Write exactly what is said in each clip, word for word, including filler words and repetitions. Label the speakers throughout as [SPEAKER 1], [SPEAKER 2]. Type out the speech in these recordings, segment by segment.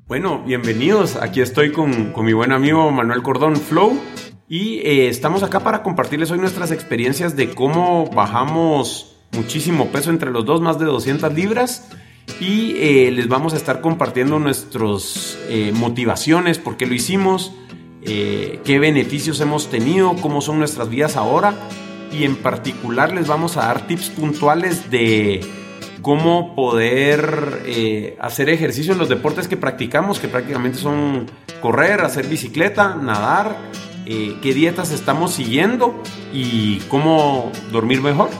[SPEAKER 1] Bueno, bienvenidos. Aquí estoy con, con mi buen amigo Manuel Cordón Flow y eh, estamos acá para compartirles hoy nuestras experiencias de cómo bajamos muchísimo peso entre los dos, más de doscientas libras, y eh, les vamos a estar compartiendo nuestras eh, motivaciones, por qué lo hicimos, eh, qué beneficios hemos tenido, cómo son nuestras vidas ahora, y en particular les vamos a dar tips puntuales de cómo poder eh, hacer ejercicio en los deportes que practicamos, que prácticamente son correr, hacer bicicleta, nadar, eh, qué dietas estamos siguiendo y cómo dormir mejor.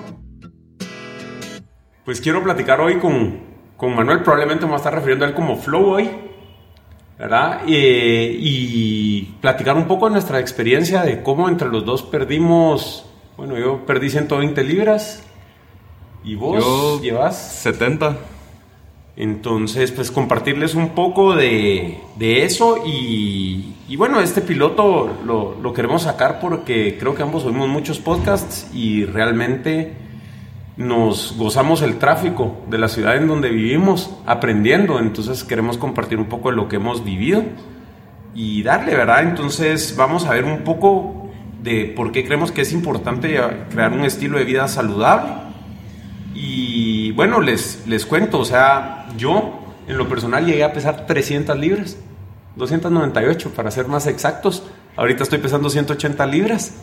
[SPEAKER 1] Pues quiero platicar hoy con, con Manuel, probablemente me voy a estar refiriendo a él como Flow hoy, ¿verdad? Eh, y platicar un poco de nuestra experiencia de cómo entre los dos perdimos, bueno, yo perdí ciento veinte libras. ¿Y vos
[SPEAKER 2] Yo,
[SPEAKER 1] llevas?
[SPEAKER 2] setenta.
[SPEAKER 1] Entonces, pues compartirles un poco de, de eso y, y bueno, este piloto lo, lo queremos sacar porque creo que ambos oímos muchos podcasts y realmente nos gozamos el tráfico de la ciudad en donde vivimos aprendiendo. Entonces queremos compartir un poco de lo que hemos vivido y darle, ¿verdad? Entonces vamos a ver un poco de por qué creemos que es importante crear un estilo de vida saludable. Y bueno, les, les cuento, o sea, yo en lo personal llegué a pesar trescientas libras, doscientas noventa y ocho para ser más exactos. Ahorita estoy pesando ciento ochenta libras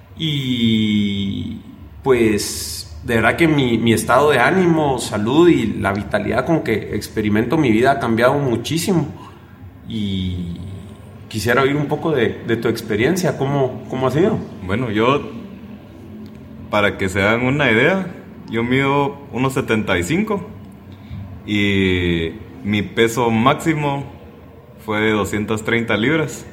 [SPEAKER 1] y pues de verdad que mi, mi estado de ánimo, salud y la vitalidad con que experimento mi vida ha cambiado muchísimo. Y quisiera oír un poco de, de tu experiencia, ¿cómo, cómo ha sido?
[SPEAKER 2] Bueno, yo, para que se hagan una idea, yo mido uno setenta y cinco y mi peso máximo fue de doscientas treinta libras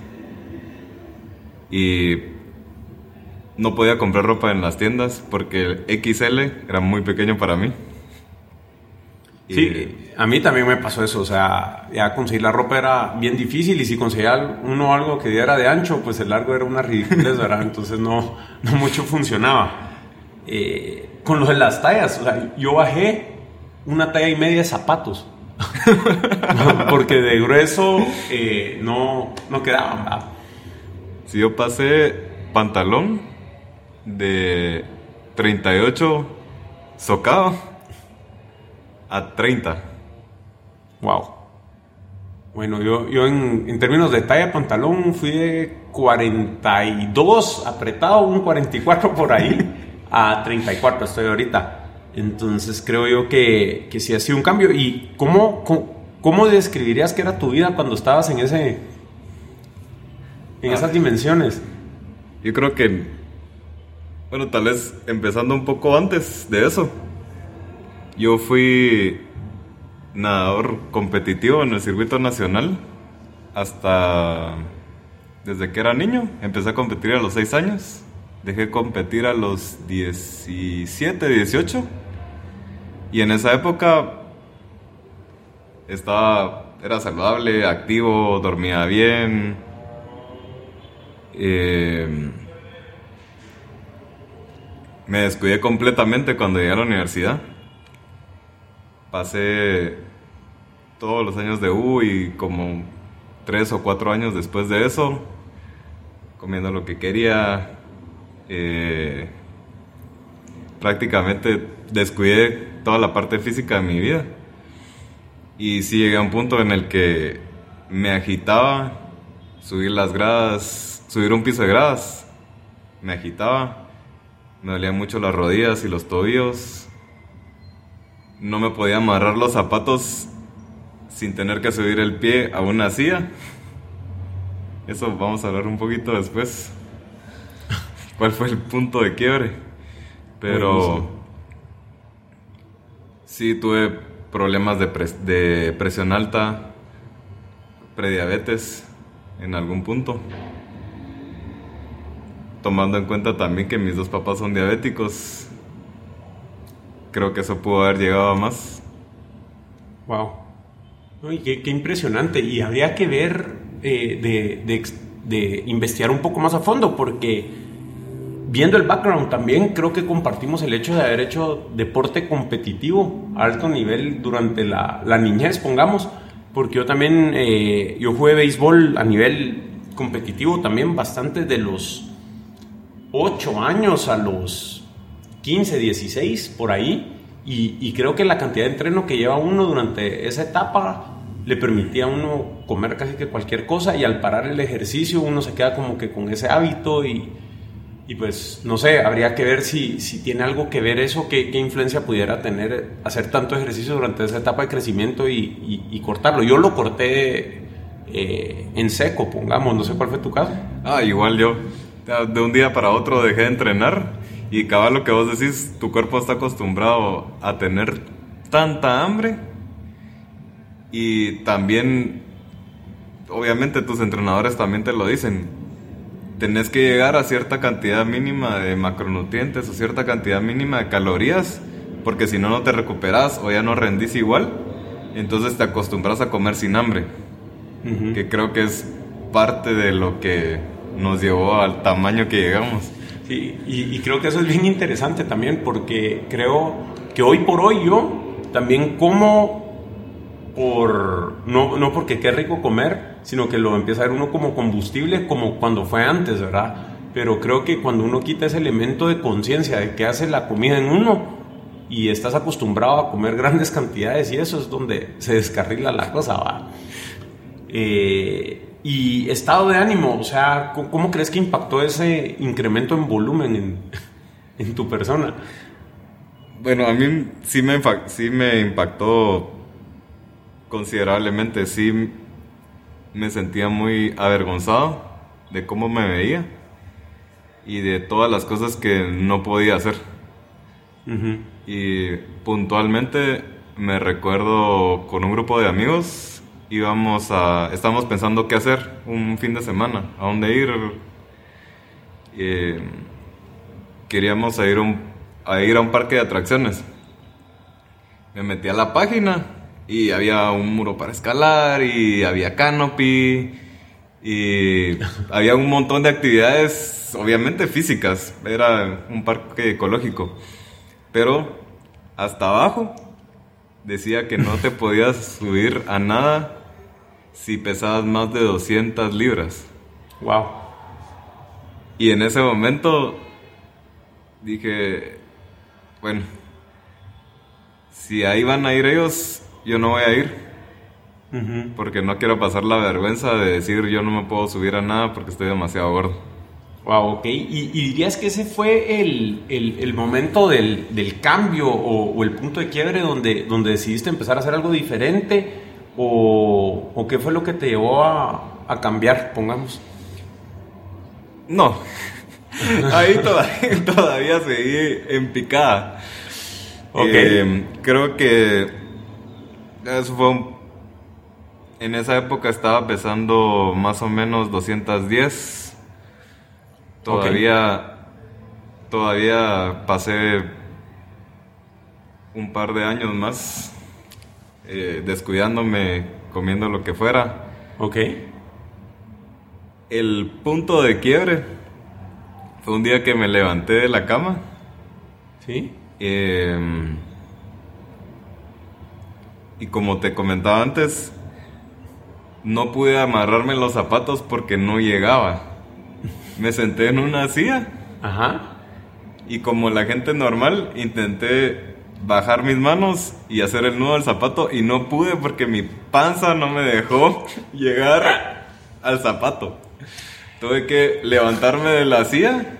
[SPEAKER 2] y no podía comprar ropa en las tiendas porque el equis ele era muy pequeño para mí.
[SPEAKER 1] Sí, y a mí también me pasó eso, o sea, ya conseguir la ropa era bien difícil y si conseguía uno algo que diera de ancho, pues el largo era una ridiculez, ¿verdad? Entonces no, no mucho funcionaba. Eh, con lo de las tallas, o sea, yo bajé una talla y media de zapatos porque de grueso eh, no, no quedaban, ¿verdad?
[SPEAKER 2] Si yo pasé pantalón de treinta y ocho socado a treinta.
[SPEAKER 1] Wow. Bueno, yo, yo en, en términos de talla de pantalón fui de cuarenta y dos apretado, un cuarenta y cuatro por ahí a treinta y cuatro estoy ahorita. Entonces creo yo que, que sí ha sido un cambio. ¿Y cómo, cómo, cómo describirías que era tu vida cuando estabas en ese en ah, esas dimensiones?
[SPEAKER 2] Yo creo que, bueno, tal vez empezando un poco antes de eso, yo fui nadador competitivo en el circuito nacional hasta desde que era niño. Empecé a competir a los seis años. Dejé competir a los diecisiete, dieciocho. Y en esa época estaba, era saludable, activo, dormía bien. Eh, me descuidé completamente cuando llegué a la universidad. Pasé todos los años de U y como tres o cuatro años después de eso, comiendo lo que quería. Eh, prácticamente descuidé toda la parte física de mi vida y sí llegué a un punto en el que me agitaba subir las gradas, subir un piso de gradas, me agitaba, me dolían mucho las rodillas y los tobillos, no me podía amarrar los zapatos sin tener que subir el pie a una silla. Eso vamos a hablar un poquito después. ¿Cuál fue el punto de quiebre? Pero sí tuve problemas de, pres- de presión alta, prediabetes en algún punto. Tomando en cuenta también que mis dos papás son diabéticos, creo que eso pudo haber llegado a más.
[SPEAKER 1] Wow. Uy, qué, qué impresionante. Y habría que ver, eh, de, de, de investigar un poco más a fondo, porque viendo el background también creo que compartimos el hecho de haber hecho deporte competitivo a alto nivel durante la, la niñez, pongamos, porque yo también, eh, yo jugué béisbol a nivel competitivo también bastante de los ocho años a los quince, dieciséis, por ahí, y, y creo que la cantidad de entreno que lleva uno durante esa etapa le permitía a uno comer casi que cualquier cosa, y al parar el ejercicio uno se queda como que con ese hábito y, y pues no sé, habría que ver si, si tiene algo que ver eso, qué, qué influencia pudiera tener hacer tanto ejercicio durante esa etapa de crecimiento y, y, y cortarlo. Yo lo corté eh, en seco, pongamos, no sé cuál fue tu caso.
[SPEAKER 2] Ah, igual yo, de un día para otro dejé de entrenar y cabal lo que vos decís, tu cuerpo está acostumbrado a tener tanta hambre. Y también, obviamente tus entrenadores también te lo dicen, tenés que llegar a cierta cantidad mínima de macronutrientes o cierta cantidad mínima de calorías, porque si no, no te recuperas o ya no rendís igual, entonces te acostumbras a comer sin hambre, uh-huh. que creo que es parte de lo que nos llevó al tamaño que llegamos.
[SPEAKER 1] Sí, y, y creo que eso es bien interesante también, porque creo que hoy por hoy yo también como... Por, no, no porque qué rico comer, sino que lo empieza a ver uno como combustible, como cuando fue antes, ¿verdad? Pero creo que cuando uno quita ese elemento de conciencia de qué hace la comida en uno y estás acostumbrado a comer grandes cantidades, y eso es donde se descarrila la cosa, ¿va? Eh, y estado de ánimo, o sea, ¿cómo crees que impactó ese incremento en volumen en, en tu persona?
[SPEAKER 2] Bueno, a mí sí me, sí me impactó considerablemente. Sí me sentía muy avergonzado de cómo me veía y de todas las cosas que no podía hacer. Uh-huh. Y puntualmente me recuerdo con un grupo de amigos, íbamos a, estábamos pensando qué hacer un fin de semana, a dónde ir. Eh, queríamos a ir, un, a ir a un parque de atracciones. Me metí a la página y había un muro para escalar, y había canopy, y había un montón de actividades, obviamente físicas. Era un parque ecológico. Pero hasta abajo decía que no te podías subir a nada si pesabas más de doscientas libras.
[SPEAKER 1] Wow.
[SPEAKER 2] Y en ese momento dije, bueno, si ahí van a ir ellos, yo no voy a ir, uh-huh. porque no quiero pasar la vergüenza de decir yo no me puedo subir a nada porque estoy demasiado gordo.
[SPEAKER 1] Wow, ok. ¿Y, y dirías que ese fue el, el, el momento del, del cambio o, o el punto de quiebre donde, donde decidiste empezar a hacer algo diferente? ¿O, o qué fue lo que te llevó a, a cambiar, pongamos?
[SPEAKER 2] No, ahí todavía, todavía seguí en picada. Okay. Eh, creo que eso fue un, en esa época estaba pesando más o menos doscientos diez. Todavía, okay. todavía pasé un par de años más eh, descuidándome, comiendo lo que fuera.
[SPEAKER 1] Ok.
[SPEAKER 2] El punto de quiebre fue un día que me levanté de la cama.
[SPEAKER 1] Sí.
[SPEAKER 2] Eh, y como te comentaba antes, no pude amarrarme los zapatos porque no llegaba. Me senté en una silla.
[SPEAKER 1] Ajá.
[SPEAKER 2] Y como la gente normal, intenté bajar mis manos y hacer el nudo del zapato, y no pude porque mi panza no me dejó llegar al zapato. Tuve que levantarme de la silla,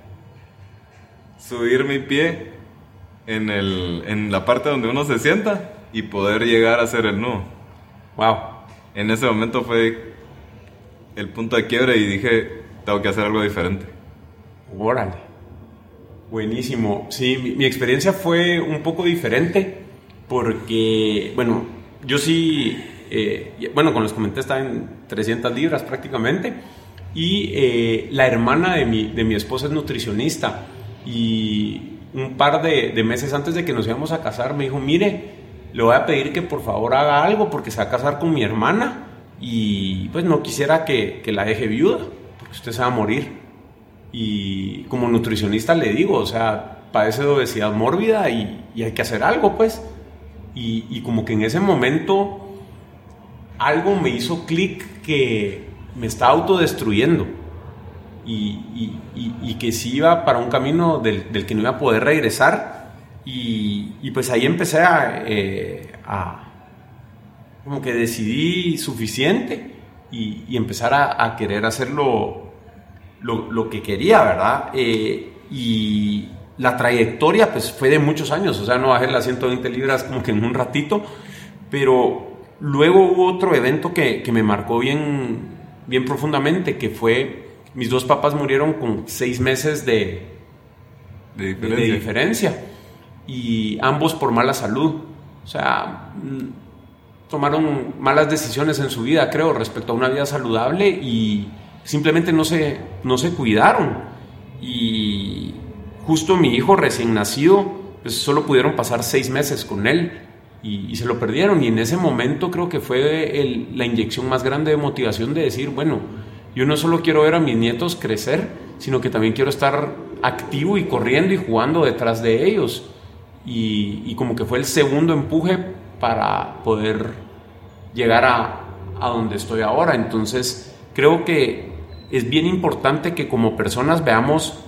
[SPEAKER 2] subir mi pie en, el, en la parte donde uno se sienta y poder llegar a hacer el nudo.
[SPEAKER 1] Wow.
[SPEAKER 2] En ese momento fue el punto de quiebre y dije, tengo que hacer algo diferente.
[SPEAKER 1] Órale. Buenísimo. Sí, mi, mi experiencia fue un poco diferente porque, bueno, yo sí, eh, bueno, como les comenté, estaba en trescientas libras prácticamente, y eh, la hermana de mi, de mi esposa es nutricionista, y un par de, de meses antes de que nos íbamos a casar me dijo, mire, le voy a pedir que por favor haga algo porque se va a casar con mi hermana y pues no quisiera que, que la deje viuda porque usted se va a morir. Y como nutricionista le digo, o sea, padece de obesidad mórbida y, y hay que hacer algo, pues. Y, y como que en ese momento algo me hizo clic que me estaba autodestruyendo y, y, y, y que sí iba para un camino del, del que no iba a poder regresar. Y, y pues ahí empecé a, eh, a como que decidí suficiente y, y empezar a, a querer hacer lo, lo, lo que quería, ¿verdad? Eh, y la trayectoria pues fue de muchos años, o sea, no bajé las ciento veinte libras como que en un ratito, pero luego hubo otro evento que, que me marcó bien, bien profundamente, que fue, mis dos papás murieron con seis meses de,
[SPEAKER 2] de, diferencia.
[SPEAKER 1] de, de diferencia, y ambos por mala salud, o sea, tomaron malas decisiones en su vida, creo, respecto a una vida saludable, y simplemente no se, no se cuidaron, y justo mi hijo recién nacido, pues solo pudieron pasar seis meses con él, y, y se lo perdieron, y en ese momento creo que fue el, la inyección más grande de motivación de decir, bueno, yo no solo quiero ver a mis nietos crecer, sino que también quiero estar activo y corriendo y jugando detrás de ellos, y, y como que fue el segundo empuje para poder llegar a, a donde estoy ahora. Entonces creo que es bien importante que como personas veamos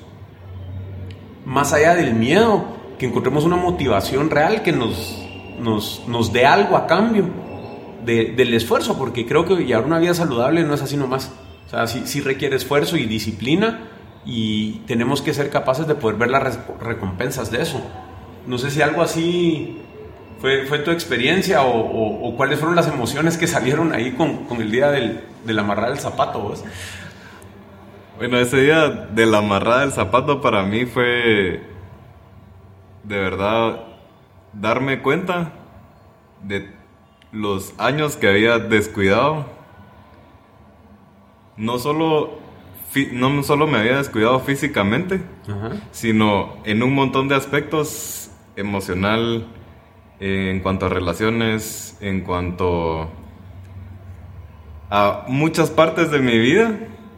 [SPEAKER 1] más allá del miedo, que encontremos una motivación real que nos, nos, nos dé algo a cambio de, del esfuerzo, porque creo que llevar una vida saludable no es así nomás, o sea, sí, sí requiere esfuerzo y disciplina, y tenemos que ser capaces de poder ver las recompensas de eso. No sé si algo así fue, fue tu experiencia, o, o, o cuáles fueron las emociones que salieron ahí con, con el día del, de la amarrada del zapato, ¿ves?
[SPEAKER 2] Bueno, ese día de la amarrada del zapato para mí fue de verdad darme cuenta de los años que había descuidado. No solo, no solo me había descuidado físicamente, uh-huh. sino en un montón de aspectos, emocional, en cuanto a relaciones, en cuanto a muchas partes de mi vida,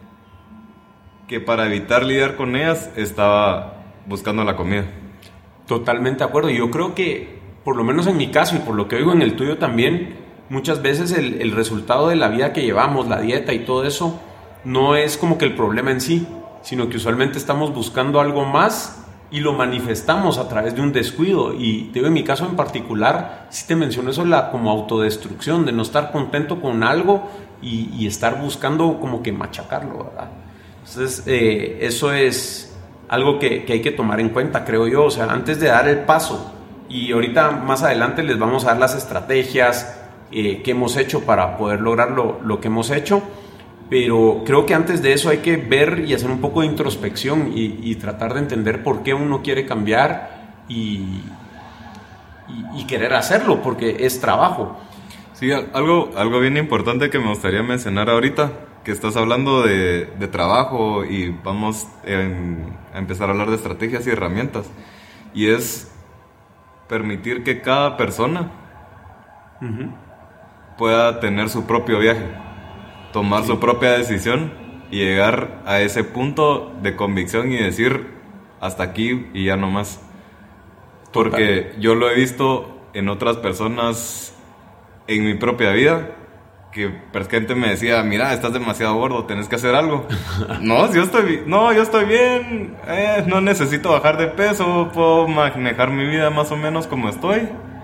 [SPEAKER 2] que para evitar lidiar con ellas estaba buscando la comida.
[SPEAKER 1] Totalmente de acuerdo. Yo creo que, por lo menos en mi caso y por lo que oigo en el tuyo también, muchas veces el, el resultado de la vida que llevamos, la dieta y todo eso, no es como que el problema en sí, sino que usualmente estamos buscando algo más y lo manifestamos a través de un descuido. Y te digo, en mi caso en particular, sí te menciono eso, la como autodestrucción, de no estar contento con algo y, y estar buscando como que machacarlo, ¿verdad? Entonces, eh, eso es algo que, que hay que tomar en cuenta, creo yo. O sea, antes de dar el paso, y ahorita más adelante les vamos a dar las estrategias eh, que hemos hecho para poder lograr lo, lo que hemos hecho, pero creo que antes de eso hay que ver y hacer un poco de introspección y, y tratar de entender por qué uno quiere cambiar y, y, y querer hacerlo, porque es trabajo.
[SPEAKER 2] Sí, algo, algo bien importante que me gustaría mencionar ahorita, que estás hablando de, de trabajo y vamos en, a empezar a hablar de estrategias y herramientas, y es permitir que cada persona uh-huh. pueda tener su propio viaje, tomar sí. su propia decisión y llegar a ese punto de convicción y decir hasta aquí y ya no más. Porque Total. Yo lo he visto en otras personas en mi propia vida, que gente me decía, mira, estás demasiado gordo, tenés que hacer algo. No, yo estoy, no, yo estoy bien, eh, no necesito bajar de peso, puedo manejar mi vida más o menos como estoy.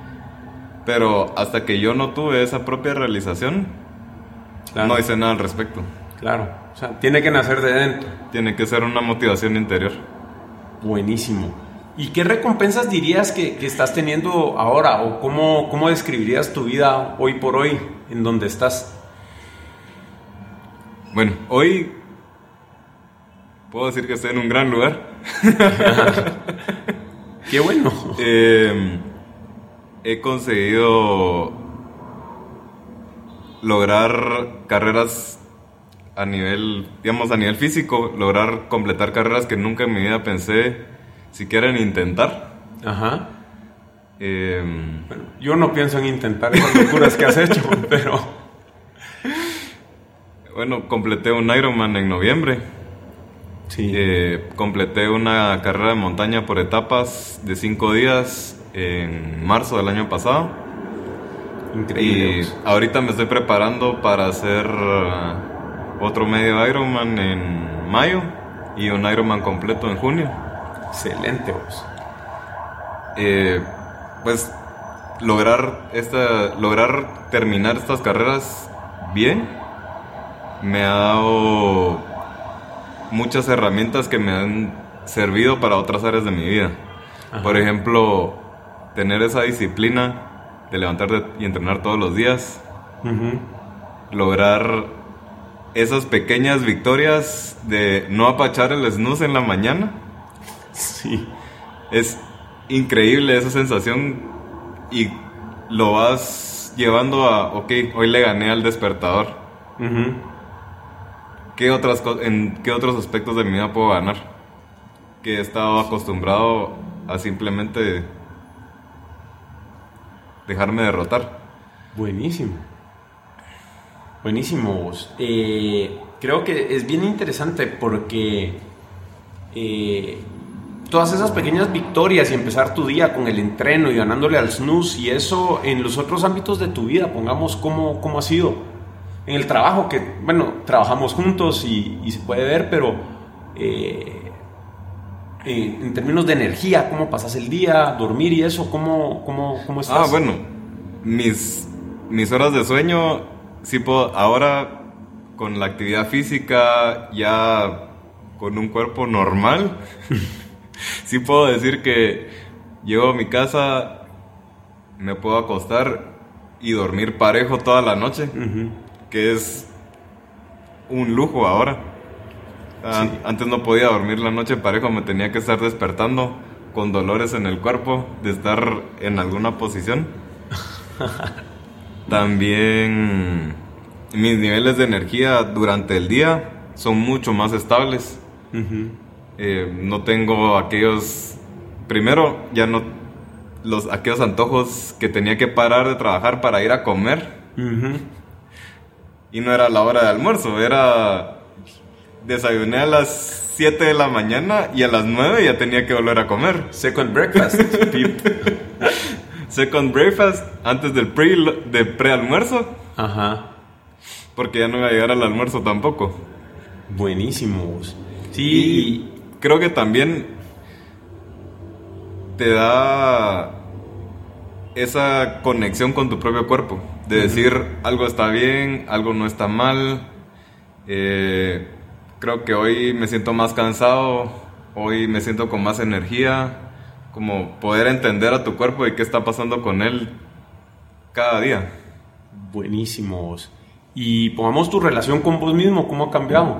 [SPEAKER 2] Pero hasta que yo no tuve esa propia realización, claro. no hice nada al respecto.
[SPEAKER 1] Claro, o sea, tiene que nacer de dentro.
[SPEAKER 2] Tiene que ser una motivación interior.
[SPEAKER 1] Buenísimo. ¿Y qué recompensas dirías que, que estás teniendo ahora? ¿O cómo, cómo describirías tu vida hoy por hoy, en donde estás?
[SPEAKER 2] Bueno, hoy puedo decir que estoy en un gran lugar.
[SPEAKER 1] ¡Qué bueno!
[SPEAKER 2] Eh, he conseguido lograr carreras a nivel, digamos, a nivel físico, lograr completar carreras que nunca en mi vida pensé siquiera en intentar.
[SPEAKER 1] Ajá.
[SPEAKER 2] Eh,
[SPEAKER 1] bueno, yo no pienso en intentar esas locuras que has hecho, pero...
[SPEAKER 2] Bueno, completé un Ironman en noviembre.
[SPEAKER 1] Sí.
[SPEAKER 2] Eh, completé una carrera de montaña por etapas de cinco días en marzo del año pasado.
[SPEAKER 1] Increíble.
[SPEAKER 2] Y ahorita me estoy preparando para hacer uh, otro medio Ironman en mayo y un Ironman completo en junio.
[SPEAKER 1] Excelente, vos.
[SPEAKER 2] Eh, pues lograr esta, lograr terminar estas carreras bien me ha dado muchas herramientas que me han servido para otras áreas de mi vida. Ajá. Por ejemplo, tener esa disciplina de levantarte y entrenar todos los días. Uh-huh. Lograr esas pequeñas victorias de no apachar el snooze en la mañana.
[SPEAKER 1] Sí.
[SPEAKER 2] Es increíble esa sensación y lo vas llevando a, ok, hoy le gané al despertador. Uh-huh. ¿Qué otras co- ¿En qué otros aspectos de mi vida puedo ganar? Que he estado acostumbrado a simplemente dejarme derrotar.
[SPEAKER 1] Buenísimo. Buenísimo. Eh, creo que es bien interesante porque eh, todas esas pequeñas victorias y empezar tu día con el entreno y ganándole al snooze y eso en los otros ámbitos de tu vida, pongamos cómo, cómo ha sido. En el trabajo, que bueno, trabajamos juntos y, y se puede ver, pero eh, eh, en términos de energía, cómo pasas el día, dormir y eso, cómo, cómo, cómo estás.
[SPEAKER 2] Ah, bueno, mis, mis horas de sueño, sí puedo, ahora con la actividad física, ya con un cuerpo normal, sí puedo decir que llego a mi casa, me puedo acostar y dormir parejo toda la noche. Uh-huh. Que es un lujo ahora. Sí. Antes no podía dormir la noche parejo, me tenía que estar despertando con dolores en el cuerpo de estar en alguna posición. También mis niveles de energía durante el día son mucho más estables. Uh-huh. Eh, no tengo aquellos, primero ya no los aquellos antojos que tenía que parar de trabajar para ir a comer. Uh-huh. Y no era la hora de almuerzo, era... Desayuné a las siete de la mañana y a las nueve ya tenía que volver a comer.
[SPEAKER 1] Second breakfast.
[SPEAKER 2] Second breakfast antes del pre, de pre-almuerzo.
[SPEAKER 1] Ajá.
[SPEAKER 2] Porque ya no iba a llegar al almuerzo tampoco.
[SPEAKER 1] Buenísimos. Sí.
[SPEAKER 2] Y creo que también te da esa conexión con tu propio cuerpo. De decir, uh-huh, algo está bien, algo no está mal. Eh, creo que hoy me siento más cansado, hoy me siento con más energía. Como poder entender a tu cuerpo y qué está pasando con él cada día.
[SPEAKER 1] Buenísimos. Y pongamos tu relación con vos mismo, ¿cómo ha cambiado?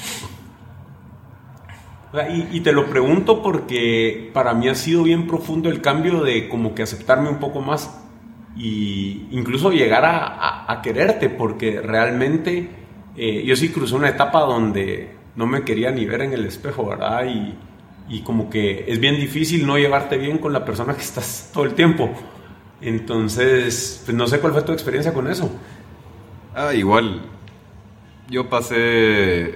[SPEAKER 1] Y, y te lo pregunto porque para mí ha sido bien profundo el cambio de como que aceptarme un poco más. Y incluso llegar a, a, a quererte, porque realmente eh, yo sí crucé una etapa donde no me quería ni ver en el espejo, ¿verdad? Y, y como que es bien difícil no llevarte bien con la persona que estás todo el tiempo. Entonces, pues no sé cuál fue tu experiencia con eso.
[SPEAKER 2] Ah, igual, yo pasé,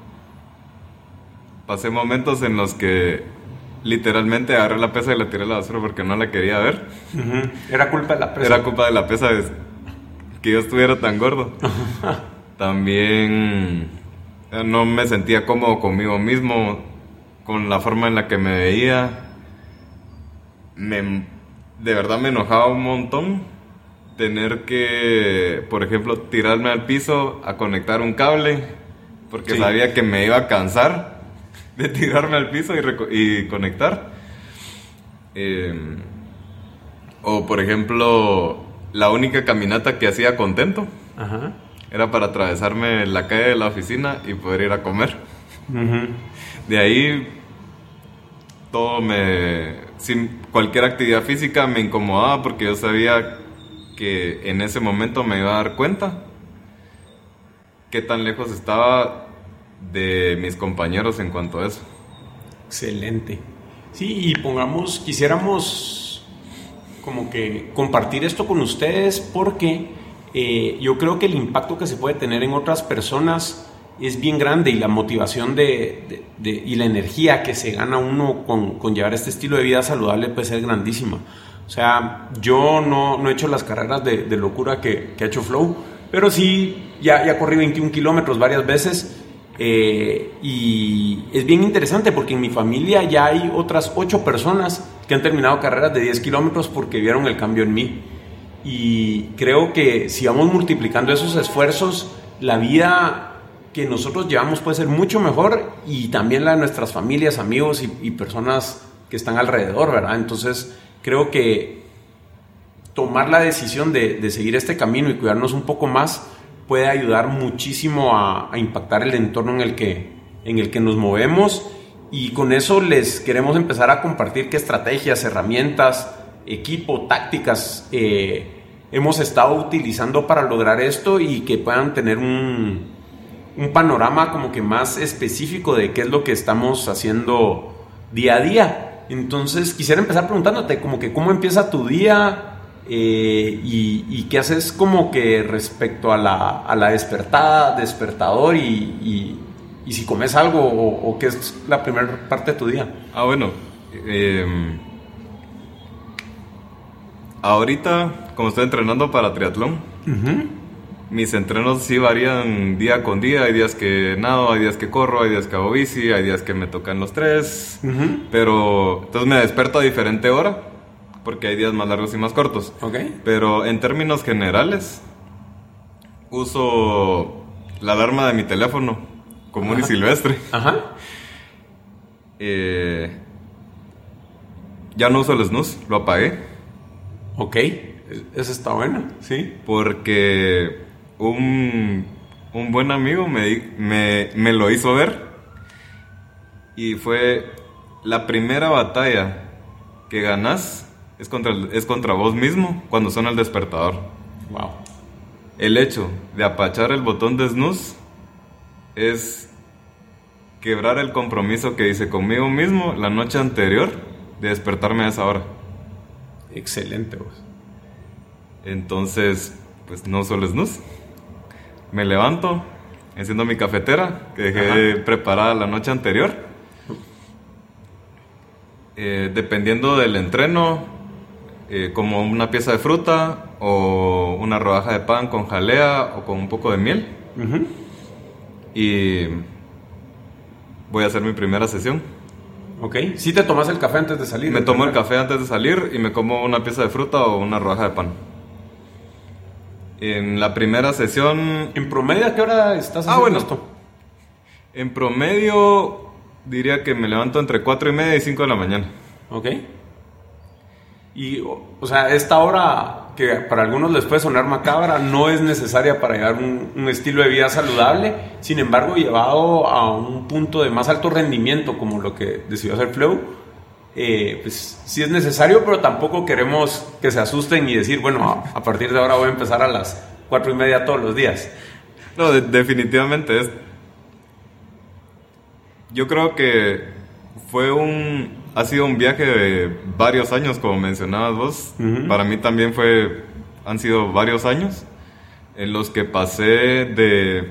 [SPEAKER 2] pasé momentos en los que literalmente agarré la pesa y la tiré a la basura porque no la quería ver.
[SPEAKER 1] Uh-huh. Era culpa de la pesa.
[SPEAKER 2] Era culpa de la pesa de que yo estuviera tan gordo. También no me sentía cómodo conmigo mismo, con la forma en la que me veía. Me, de verdad me enojaba un montón tener que, por ejemplo, tirarme al piso a conectar un cable porque sí, sabía que me iba a cansar de tirarme al piso y, reco- y conectar. Eh, o por ejemplo, la única caminata que hacía contento, ajá, era para atravesarme la calle de la oficina y poder ir a comer. Uh-huh. De ahí todo me... sin cualquier actividad física me incomodaba porque yo sabía que en ese momento me iba a dar cuenta qué tan lejos estaba de mis compañeros en cuanto a eso.
[SPEAKER 1] Excelente. Sí, y pongamos, quisiéramos como que compartir esto con ustedes porque eh, yo creo que el impacto que se puede tener en otras personas es bien grande y la motivación de, de, de, y la energía que se gana uno con, con llevar este estilo de vida saludable puede ser grandísima. O O sea, yo no, no he hecho las carreras de, de locura que, que ha hecho Flow, pero sí, ya, ya corrí veintiún kilómetros varias veces. Eh, y es bien interesante porque en mi familia ya hay otras ocho personas que han terminado carreras de diez kilómetros porque vieron el cambio en mí. Y creo que si vamos multiplicando esos esfuerzos, la vida que nosotros llevamos puede ser mucho mejor, y también la de nuestras familias, amigos y, y personas que están alrededor, ¿verdad? Entonces creo que tomar la decisión de, de seguir este camino y cuidarnos un poco más puede ayudar muchísimo a, a impactar el entorno en el, que, en el que nos movemos, y con eso les queremos empezar a compartir qué estrategias, herramientas, equipo, tácticas eh, hemos estado utilizando para lograr esto, y que puedan tener un, un panorama como que más específico de qué es lo que estamos haciendo día a día. Entonces quisiera empezar preguntándote como que cómo empieza tu día. Eh, y, y qué haces como que respecto a la, a la despertada, despertador, y, y, y si comes algo, o, o qué es la primera parte de tu día.
[SPEAKER 2] Ah, bueno. Eh, ahorita, como estoy entrenando para triatlón, uh-huh. mis entrenos sí varían día con día. Hay días que nado, hay días que corro, hay días que hago bici, hay días que me tocan los tres. Uh-huh. Pero entonces me despierto a diferente hora, porque hay días más largos y más cortos.
[SPEAKER 1] Okay.
[SPEAKER 2] Pero en términos generales, uso la alarma de mi teléfono, común Ajá. y silvestre.
[SPEAKER 1] Ajá.
[SPEAKER 2] Eh, ya no uso el snooze, lo apagué.
[SPEAKER 1] Ok, eso está bueno, sí.
[SPEAKER 2] Porque un, un buen amigo me, me, me lo hizo ver, y fue la primera batalla que ganas. Es contra, el, es contra vos mismo cuando suena el despertador.
[SPEAKER 1] Wow.
[SPEAKER 2] El hecho de apachar el botón de snooze es quebrar el compromiso que hice conmigo mismo la noche anterior de despertarme a esa hora.
[SPEAKER 1] Excelente, vos.
[SPEAKER 2] Entonces, pues no uso el snooze. Me levanto, enciendo mi cafetera que dejé Ajá. preparada la noche anterior. Eh, dependiendo del entreno, Eh, como una pieza de fruta o una rodaja de pan con jalea o con un poco de miel. Uh-huh. Y voy a hacer mi primera sesión.
[SPEAKER 1] Ok. ¿Sí te tomas el café antes de salir?
[SPEAKER 2] Me tomo el café antes de salir y me como una pieza de fruta o una rodaja de pan. En la primera sesión...
[SPEAKER 1] ¿En promedio a qué hora estás haciendo
[SPEAKER 2] ah, bueno.
[SPEAKER 1] esto?
[SPEAKER 2] En promedio diría que me levanto entre cuatro y media y cinco de la mañana.
[SPEAKER 1] Ok. Y, o sea, esta hora que para algunos les puede sonar macabra, no es necesaria para llevar un, un estilo de vida saludable. Sin embargo, llevado a un punto de más alto rendimiento, como lo que decidió hacer Flow, eh, pues sí es necesario, pero tampoco queremos que se asusten y decir, bueno, a, a partir de ahora voy a empezar a las cuatro y media todos los días.
[SPEAKER 2] No, de, definitivamente es... Yo creo que fue un... Ha sido un viaje de varios años, como mencionabas vos. Uh-huh. Para mí también fue... Han sido varios años en los que pasé de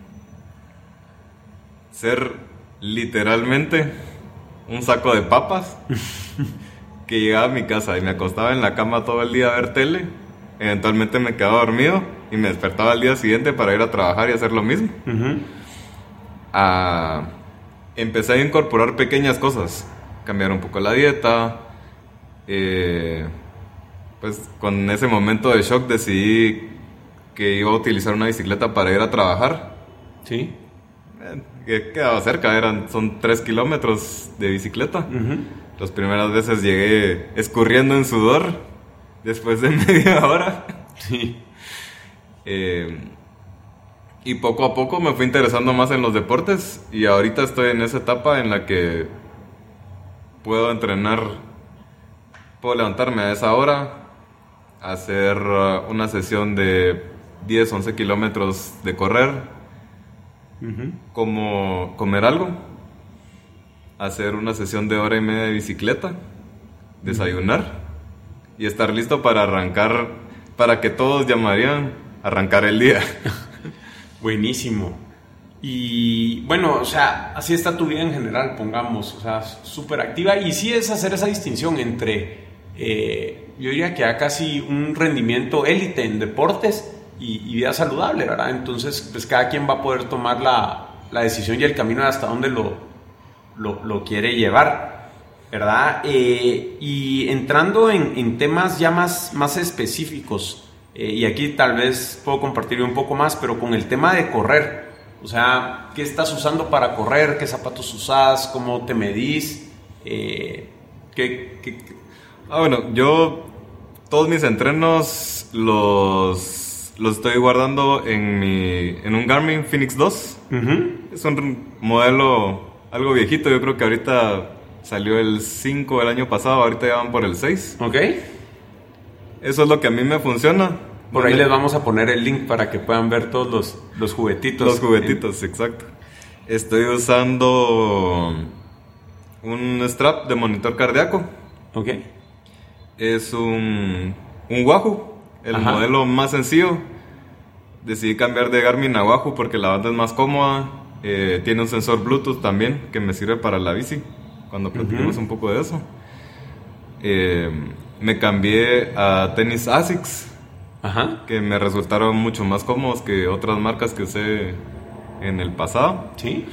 [SPEAKER 2] ser literalmente un saco de papas que llegaba a mi casa y me acostaba en la cama todo el día a ver tele. Eventualmente me quedaba dormido y me despertaba al día siguiente para ir a trabajar y hacer lo mismo. Uh-huh. A... Empecé a incorporar pequeñas cosas, cambiar un poco la dieta, eh, pues con ese momento de shock decidí que iba a utilizar una bicicleta para ir a trabajar.
[SPEAKER 1] Sí.
[SPEAKER 2] Eh, que quedaba cerca, eran, son tres kilómetros de bicicleta. Uh-huh. Las primeras veces llegué escurriendo en sudor, después de media hora.
[SPEAKER 1] Sí.
[SPEAKER 2] Eh... Y poco a poco me fui interesando más en los deportes y ahorita estoy en esa etapa en la que puedo entrenar, puedo levantarme a esa hora, hacer una sesión de diez, once kilómetros de correr, uh-huh. como comer algo, hacer una sesión de hora y media de bicicleta, desayunar uh-huh. y estar listo para arrancar, para que todos llamarían arrancar el día.
[SPEAKER 1] Buenísimo. Y bueno, o sea, así está tu vida en general, pongamos, o sea, súper activa. Y sí es hacer esa distinción entre eh, yo diría que ya casi un rendimiento élite en deportes y, y vida saludable, ¿verdad? Entonces, pues cada quien va a poder tomar la, la decisión y el camino de hasta dónde lo, lo, lo quiere llevar, ¿verdad? Eh, y entrando en, en temas ya más, más específicos, eh, y aquí tal vez puedo compartir un poco más, pero con el tema de correr, o sea, ¿qué estás usando para correr? ¿Qué zapatos usas? ¿Cómo te medís? Eh, ¿qué, qué, qué?
[SPEAKER 2] Ah, bueno, yo todos mis entrenos los, los estoy guardando en, mi, en un Garmin Fenix dos. Uh-huh. Es un modelo algo viejito, yo creo que ahorita salió el cinco el año pasado, ahorita ya van por el seis.
[SPEAKER 1] Ok.
[SPEAKER 2] Eso es lo que a mí me funciona.
[SPEAKER 1] Por ahí les vamos a poner el link para que puedan ver todos los, los juguetitos.
[SPEAKER 2] Los juguetitos, en... exacto. Estoy usando un strap de monitor cardíaco.
[SPEAKER 1] Ok.
[SPEAKER 2] Es un, un Wahoo, el Ajá. modelo más sencillo. Decidí cambiar de Garmin a Wahoo porque la banda es más cómoda. Eh, tiene un sensor Bluetooth también que me sirve para la bici, cuando platiquemos uh-huh. un poco de eso. Eh, me cambié a tenis Asics. Ajá. Que me resultaron mucho más cómodos que otras marcas que usé en el pasado.
[SPEAKER 1] Sí.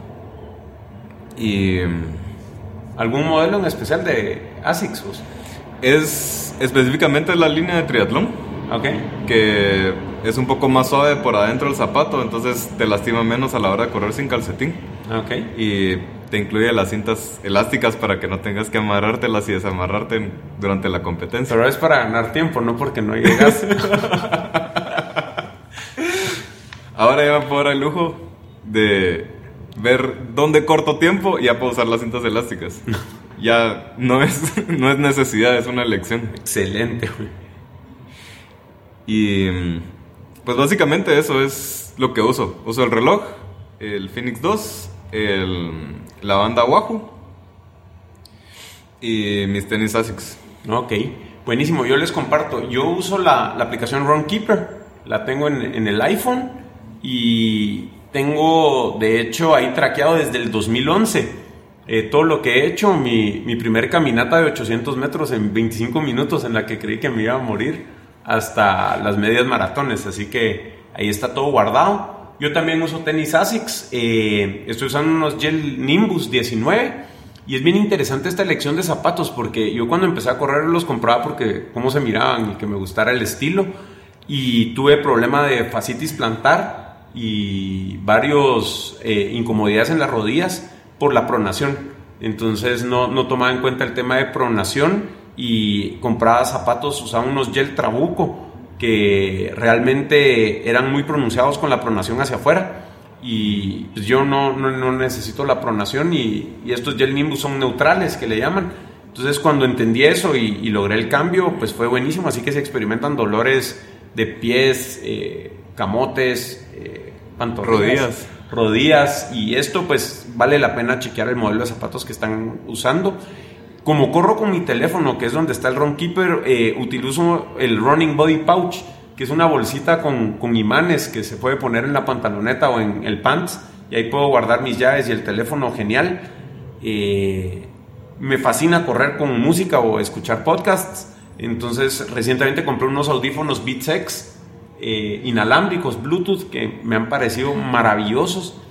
[SPEAKER 2] Y
[SPEAKER 1] ¿algún modelo en especial de Asics?
[SPEAKER 2] Es específicamente la línea de triatlón.
[SPEAKER 1] Ok.
[SPEAKER 2] Que es un poco más suave por adentro el zapato, entonces te lastima menos a la hora de correr sin calcetín.
[SPEAKER 1] Ok.
[SPEAKER 2] Y te incluye las cintas elásticas para que no tengas que amarrártelas y desamarrarte durante la competencia.
[SPEAKER 1] Pero es para ganar tiempo, no porque no llegas.
[SPEAKER 2] Ahora ya me puedo dar el lujo de ver dónde corto tiempo y ya puedo usar las cintas elásticas. Ya no es, no es necesidad, es una elección.
[SPEAKER 1] Excelente, güey.
[SPEAKER 2] Y pues básicamente eso es lo que uso. Uso el reloj, el Fenix dos, el, la banda Wahoo y mis tenis Asics.
[SPEAKER 1] Ok, buenísimo. Yo les comparto. Yo uso la, la aplicación Runkeeper. La tengo en, en el iPhone y tengo, de hecho, ahí traqueado desde el dos mil once. Eh, todo lo que he hecho, mi, mi primer caminata de ochocientos metros en veinticinco minutos en la que creí que me iba a morir, hasta las medias maratones, así que ahí está todo guardado. Yo también uso tenis Asics, eh, estoy usando unos Gel Nimbus diecinueve y es bien interesante esta elección de zapatos porque yo cuando empecé a correr los compraba porque cómo se miraban y que me gustara el estilo, y tuve problema de fascitis plantar y varios eh, incomodidades en las rodillas por la pronación, entonces no, no tomaba en cuenta el tema de pronación y compraba zapatos, usaba unos Gel Trabuco que realmente eran muy pronunciados con la pronación hacia afuera y pues yo no, no, no necesito la pronación y, y estos Gel Nimbus son neutrales que le llaman. Entonces cuando entendí eso y, y logré el cambio, pues fue buenísimo. Así que se experimentan dolores de pies, eh, camotes, eh, pantorrillas, rodillas. rodillas y esto pues vale la pena chequear el modelo de zapatos que están usando. Como corro con mi teléfono, que es donde está el Runkeeper, eh, utilizo el Running Body Pouch, que es una bolsita con, con imanes que se puede poner en la pantaloneta o en el pants, y ahí puedo guardar mis llaves y el teléfono, genial. Eh, me fascina correr con música o escuchar podcasts, entonces recientemente compré unos audífonos Beats X eh, inalámbricos Bluetooth que me han parecido maravillosos.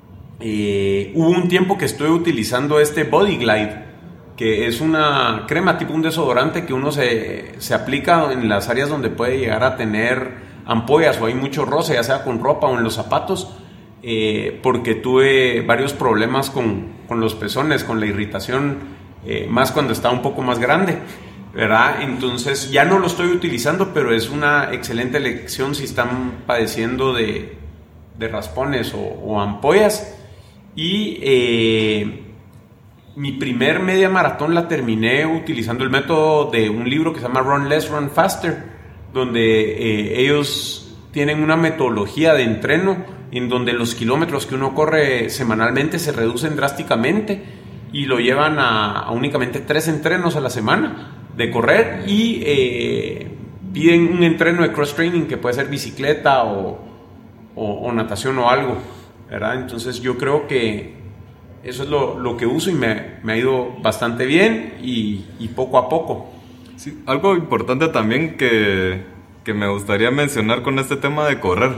[SPEAKER 1] Eh, hubo un tiempo que estoy utilizando este Body Glide, que es una crema tipo un desodorante que uno se, se aplica en las áreas donde puede llegar a tener ampollas o hay mucho roce, ya sea con ropa o en los zapatos, eh, porque tuve varios problemas con, con los pezones, con la irritación, eh, más cuando está un poco más grande, ¿verdad? Entonces ya no lo estoy utilizando, pero es una excelente elección si están padeciendo de, de raspones o, o ampollas. Y eh, mi primer media maratón la terminé utilizando el método de un libro que se llama Run Less, Run Faster, donde eh, ellos tienen una metodología de entreno en donde los kilómetros que uno corre semanalmente se reducen drásticamente y lo llevan a, a únicamente tres entrenos a la semana de correr y eh, piden un entreno de cross training que puede ser bicicleta o, o, o natación o algo, ¿verdad? Entonces yo creo que eso es lo, lo que uso y me, me ha ido bastante bien y, y poco a poco.
[SPEAKER 2] Sí, algo importante también que, que me gustaría mencionar con este tema de correr.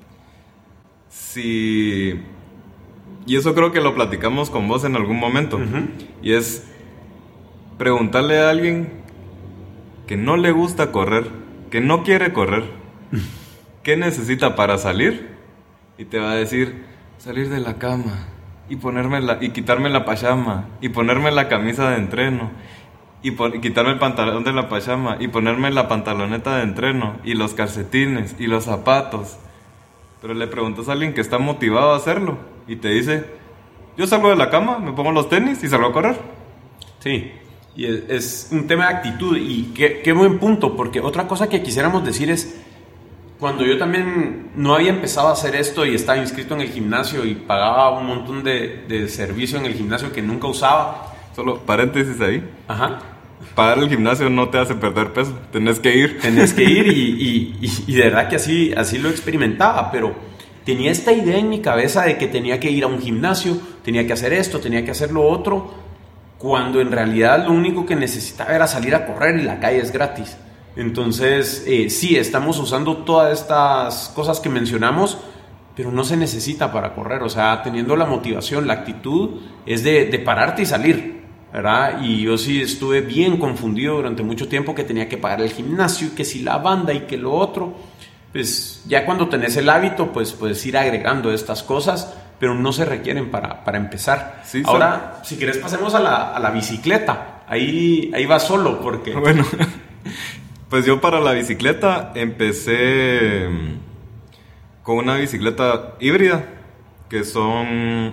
[SPEAKER 2] Si... Y eso creo que lo platicamos con vos en algún momento. Uh-huh. Y es preguntarle a alguien que no le gusta correr, que no quiere correr, ¿qué necesita para salir? Y te va a decir, salir de la cama y ponerme la, y quitarme la pijama y ponerme la camisa de entreno y, pon, y quitarme el pantalón de la pijama y ponerme la pantaloneta de entreno y los calcetines y los zapatos. Pero le preguntas a alguien que está motivado a hacerlo y te dice, yo salgo de la cama, me pongo los tenis y salgo a correr.
[SPEAKER 1] Sí, y es, es un tema de actitud y qué, qué buen punto, porque otra cosa que quisiéramos decir es, cuando yo también no había empezado a hacer esto y estaba inscrito en el gimnasio y pagaba un montón de, de servicio en el gimnasio que nunca usaba.
[SPEAKER 2] Solo paréntesis ahí.
[SPEAKER 1] Ajá.
[SPEAKER 2] Pagar el gimnasio no te hace perder peso, tenés que ir.
[SPEAKER 1] Tenés que ir y, y, y, y de verdad que así, así lo experimentaba, pero tenía esta idea en mi cabeza de que tenía que ir a un gimnasio, tenía que hacer esto, tenía que hacer lo otro, cuando en realidad lo único que necesitaba era salir a correr y la calle es gratis. Entonces, eh, sí, estamos usando todas estas cosas que mencionamos, pero no se necesita para correr. O sea, teniendo la motivación, la actitud, es de, de pararte y salir, ¿verdad? Y yo sí estuve bien confundido durante mucho tiempo que tenía que pagar el gimnasio y que si la banda y que lo otro. Pues ya cuando tenés el hábito, pues puedes ir agregando estas cosas, pero no se requieren para, para empezar. Sí, ahora, son... si querés, pasemos a la, a la bicicleta. Ahí, ahí va solo, porque...
[SPEAKER 2] Bueno... Pues yo para la bicicleta empecé con una bicicleta híbrida, que son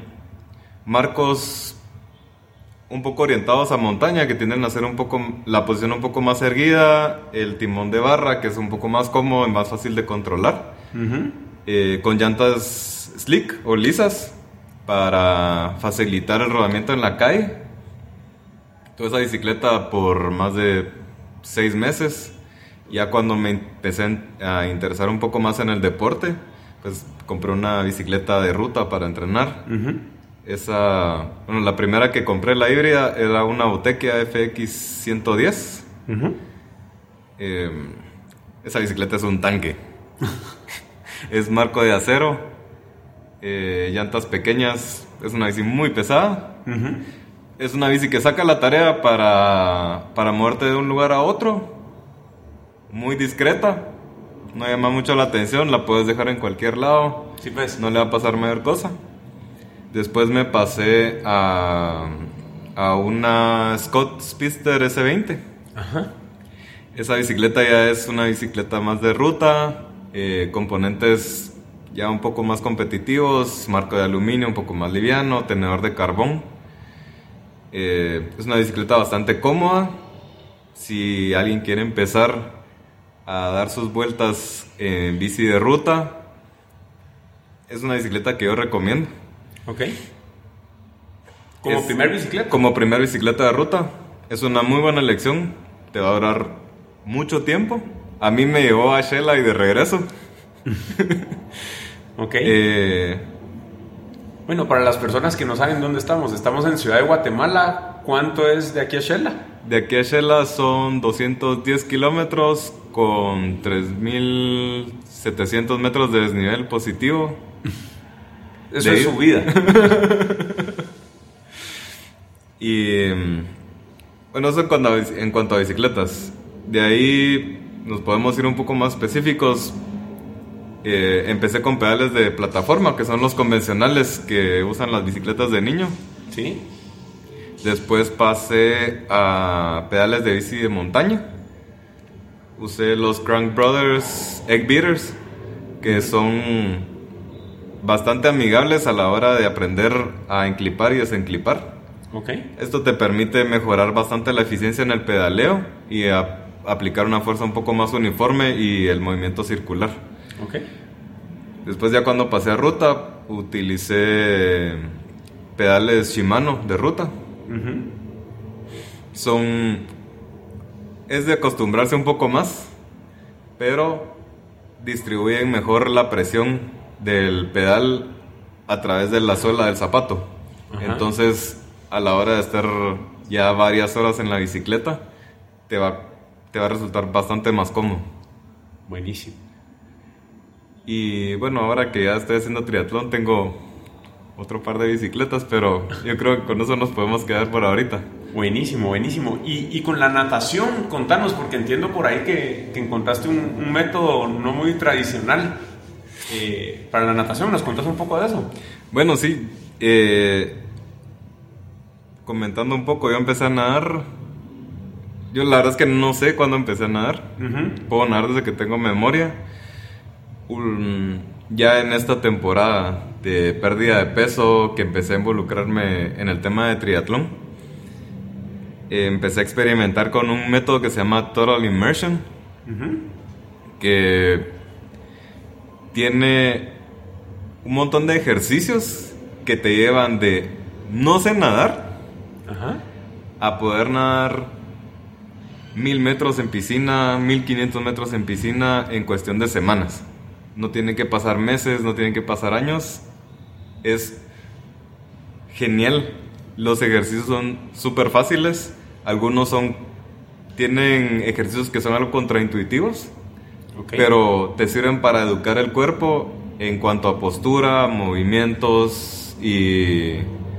[SPEAKER 2] marcos un poco orientados a montaña, que tienden a hacer un poco la posición un poco más erguida, el timón de barra, que es un poco más cómodo y más fácil de controlar, uh-huh. eh, con llantas slick o lisas para facilitar el rodamiento en la calle. Toda esa bicicleta por más de seis meses. Ya cuando me empecé a interesar un poco más en el deporte, pues compré una bicicleta de ruta para entrenar. Uh-huh. Esa, bueno, la primera que compré, la híbrida, era una Bottecchia F X ciento diez. Uh-huh. Eh, esa bicicleta es un tanque. Es marco de acero, eh, llantas pequeñas, es una bici muy pesada. Uh-huh. Es una bici que saca la tarea para, para moverte de un lugar a otro. Muy discreta, no llama mucho la atención, la puedes dejar en cualquier lado,
[SPEAKER 1] sí, pues.
[SPEAKER 2] No le va a pasar mayor cosa. Después me pasé a, a una Scott Speedster S veinte. Ajá. Esa bicicleta ya es una bicicleta más de ruta, eh, componentes ya un poco más competitivos, marco de aluminio un poco más liviano, tenedor de carbón. Eh, es una bicicleta bastante cómoda. Si alguien quiere empezar a dar sus vueltas en bici de ruta, es una bicicleta que yo recomiendo.
[SPEAKER 1] Ok. ¿Como es, primer bicicleta?
[SPEAKER 2] Como primer bicicleta de ruta. Es una muy buena elección. Te va a durar mucho tiempo. A mí me llevó a Shela y de regreso.
[SPEAKER 1] Ok.
[SPEAKER 2] Eh,
[SPEAKER 1] bueno, para las personas que no saben dónde estamos, estamos en Ciudad de Guatemala. ¿Cuánto es de aquí a Shela?
[SPEAKER 2] De aquí a Shela son doscientos diez kilómetros con tres mil setecientos metros de desnivel positivo.
[SPEAKER 1] Eso de es subida.
[SPEAKER 2] Y bueno, eso en cuanto, a, en cuanto a bicicletas. De ahí nos podemos ir un poco más específicos. Eh, empecé con pedales de plataforma, que son los convencionales que usan las bicicletas de niño.
[SPEAKER 1] Sí.
[SPEAKER 2] Después pasé a pedales de bici de montaña. Usé los Crank Brothers Egg Beaters, que son bastante amigables a la hora de aprender a enclipar y desenclipar.
[SPEAKER 1] Okay.
[SPEAKER 2] Esto te permite mejorar bastante la eficiencia en el pedaleo y a, aplicar una fuerza un poco más uniforme y el movimiento circular.
[SPEAKER 1] Okay.
[SPEAKER 2] Después ya cuando pasé a ruta, utilicé pedales Shimano de ruta. Uh-huh. Son... es de acostumbrarse un poco más, pero distribuyen mejor la presión del pedal a través de la suela del zapato. Uh-huh. Entonces, a la hora de estar ya varias horas en la bicicleta, te va te va a resultar bastante más cómodo.
[SPEAKER 1] Buenísimo.
[SPEAKER 2] Y bueno, ahora que ya estoy haciendo triatlón, tengo otro par de bicicletas, pero yo creo que con eso nos podemos quedar por ahorita.
[SPEAKER 1] Buenísimo, buenísimo. Y, y con la natación, contanos, porque entiendo por ahí que, que encontraste un, un método no muy tradicional eh, para la natación. ¿Nos contás un poco de eso?
[SPEAKER 2] Bueno, sí. Eh, comentando un poco, yo empecé a nadar. Yo la verdad es que no sé cuándo empecé a nadar. Uh-huh. Puedo nadar desde que tengo memoria. Un, ya en esta temporada de pérdida de peso, que empecé a involucrarme en el tema de triatlón, eh, empecé a experimentar con un método que se llama Total Immersion, uh-huh. que tiene un montón de ejercicios que te llevan de no sé nadar, uh-huh. a poder nadar mil metros en piscina, mil quinientos metros en piscina en cuestión de semanas. No tienen que pasar meses, no tienen que pasar años. Es genial. Los ejercicios son súper fáciles. Algunos son tienen ejercicios que son algo contraintuitivos, okay. pero te sirven para educar el cuerpo en cuanto a postura, movimientos y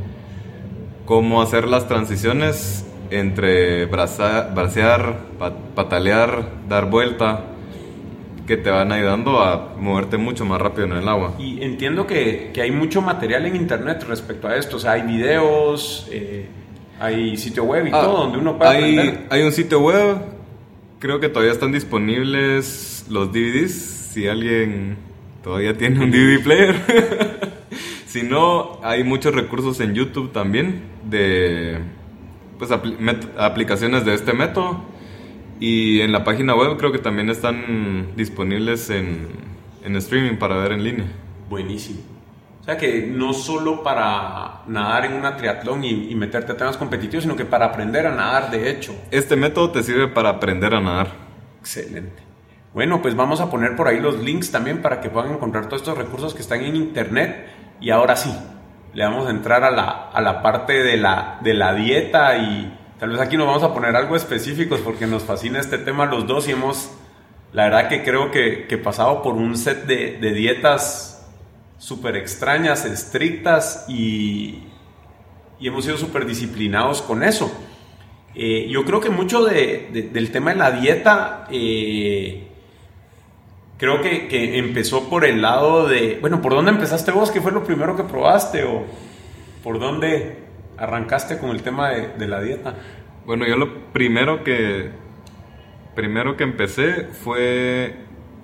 [SPEAKER 2] cómo hacer las transiciones entre braza, bracear, pat, patalear, dar vuelta, que te van ayudando a moverte mucho más rápido en el agua.
[SPEAKER 1] Y entiendo que, que hay mucho material en internet respecto a esto. O sea, hay videos, eh, hay sitio web y ah, todo donde uno puede
[SPEAKER 2] hay,
[SPEAKER 1] aprender.
[SPEAKER 2] Hay un sitio web, creo que todavía están disponibles los D V Ds, si alguien todavía tiene un D V D player. Si no, hay muchos recursos en YouTube también de pues, apl- met- aplicaciones de este método. Y en la página web creo que también están disponibles en, en streaming para ver en línea.
[SPEAKER 1] Buenísimo. O sea que no solo para nadar en una triatlón y, y meterte a temas competitivos, sino que para aprender a nadar de hecho.
[SPEAKER 2] Este método te sirve para aprender a nadar.
[SPEAKER 1] Excelente. Bueno, pues vamos a poner por ahí los links también para que puedan encontrar todos estos recursos que están en internet. Y ahora sí, le vamos a entrar a la, a la parte de la, de la dieta y... Tal vez aquí nos vamos a poner algo específicos porque nos fascina este tema los dos y hemos, la verdad que creo que, que pasado por un set de, de dietas súper extrañas, estrictas y, y hemos sido súper disciplinados con eso. Eh, yo creo que mucho de, de, del tema de la dieta, eh, creo que, que empezó por el lado de, bueno, ¿por dónde empezaste vos? ¿Qué fue lo primero que probaste o por dónde arrancaste con el tema de, de la dieta?
[SPEAKER 2] Bueno, yo lo primero que primero que empecé fue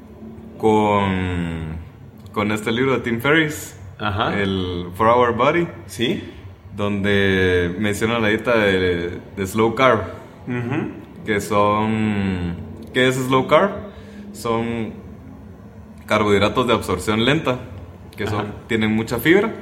[SPEAKER 2] con con este libro de Tim Ferriss, ajá, el For Our Body,
[SPEAKER 1] sí,
[SPEAKER 2] donde menciona la dieta de, de slow carb, uh-huh. que son ¿qué es slow carb? Son carbohidratos de absorción lenta, que son, tienen mucha fibra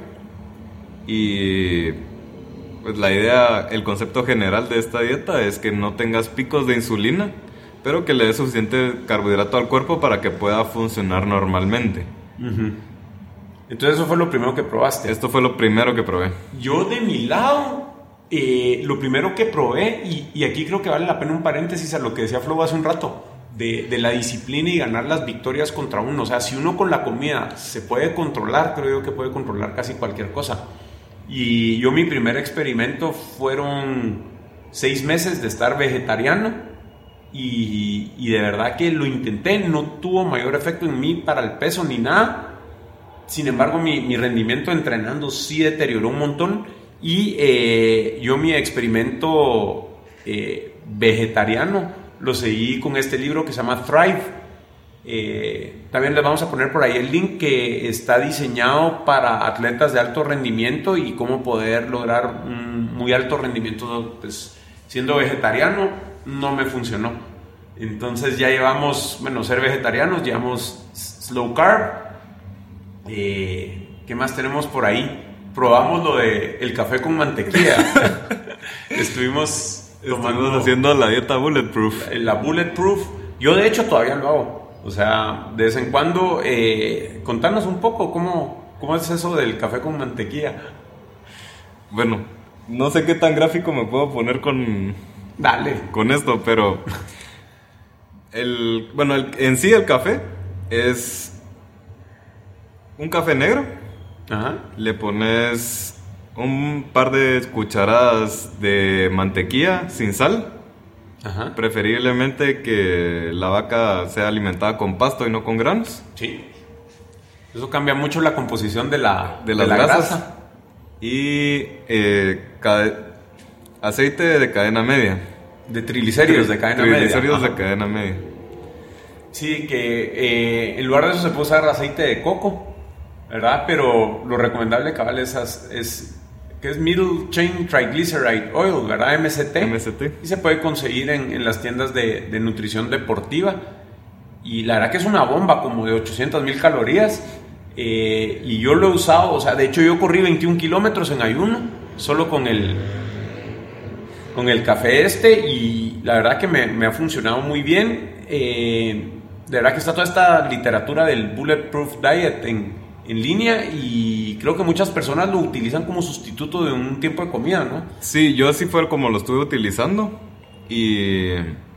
[SPEAKER 2] y pues la idea, el concepto general de esta dieta es que no tengas picos de insulina, pero que le des suficiente carbohidrato al cuerpo para que pueda funcionar normalmente.
[SPEAKER 1] Uh-huh. Entonces eso fue lo primero que probaste.
[SPEAKER 2] Esto fue lo primero que probé.
[SPEAKER 1] Yo de mi lado, eh, lo primero que probé, y, y aquí creo que vale la pena un paréntesis a lo que decía Flo hace un rato, de, de la disciplina y ganar las victorias contra uno. O sea, si uno con la comida se puede controlar, creo yo que puede controlar casi cualquier cosa. Y yo mi primer experimento fueron seis meses de estar vegetariano y, y de verdad que lo intenté, no tuvo mayor efecto en mí para el peso ni nada. Sin embargo, mi, mi rendimiento entrenando sí deterioró un montón y eh, yo mi experimento eh, vegetariano lo seguí con este libro que se llama Thrive. Eh, también les vamos a poner por ahí el link que está diseñado para atletas de alto rendimiento y cómo poder lograr un muy alto rendimiento. Pues, siendo vegetariano no me funcionó, entonces ya llevamos, bueno, ser vegetarianos, llevamos slow carb. Eh, ¿qué más tenemos por ahí? Probamos lo de el café con mantequilla. Estuvimos tomando,
[SPEAKER 2] Estuvimos haciendo la dieta Bulletproof.
[SPEAKER 1] La, la Bulletproof. Yo de hecho todavía lo hago. O sea, de vez en cuando, eh, contanos un poco cómo, cómo es eso del café con mantequilla.
[SPEAKER 2] Bueno, no sé qué tan gráfico me puedo poner con,
[SPEAKER 1] Dale.
[SPEAKER 2] con esto, pero el, bueno, el, en sí el café es un café negro.
[SPEAKER 1] Ajá.
[SPEAKER 2] Le pones un par de cucharadas de mantequilla sin sal.
[SPEAKER 1] Ajá.
[SPEAKER 2] Preferiblemente que la vaca sea alimentada con pasto y no con granos.
[SPEAKER 1] Sí. Eso cambia mucho la composición de la,
[SPEAKER 2] de las
[SPEAKER 1] de la
[SPEAKER 2] grasas.
[SPEAKER 1] grasa.
[SPEAKER 2] Y eh, cade- aceite de cadena media.
[SPEAKER 1] De triglicéridos de cadena media.
[SPEAKER 2] Triglicéridos de
[SPEAKER 1] Ajá.
[SPEAKER 2] cadena media.
[SPEAKER 1] Sí, que eh, en lugar de eso se puede usar aceite de coco, ¿verdad? Pero lo recomendable, cabal, es, es que es Middle Chain Triglyceride Oil, ¿verdad? M C T.
[SPEAKER 2] M C T.
[SPEAKER 1] Y se puede conseguir en, en las tiendas de, de nutrición deportiva. Y la verdad que es una bomba, como de ochocientas mil calorías. Eh, y yo lo he usado, o sea, de hecho yo corrí veintiún kilómetros en ayuno, solo con el, con el café este. Y la verdad que me, me ha funcionado muy bien. Eh, de verdad que está toda esta literatura del Bulletproof Diet en, en línea, y creo que muchas personas lo utilizan como sustituto de un tiempo de comida, ¿no?
[SPEAKER 2] Sí, yo así fue como lo estuve utilizando y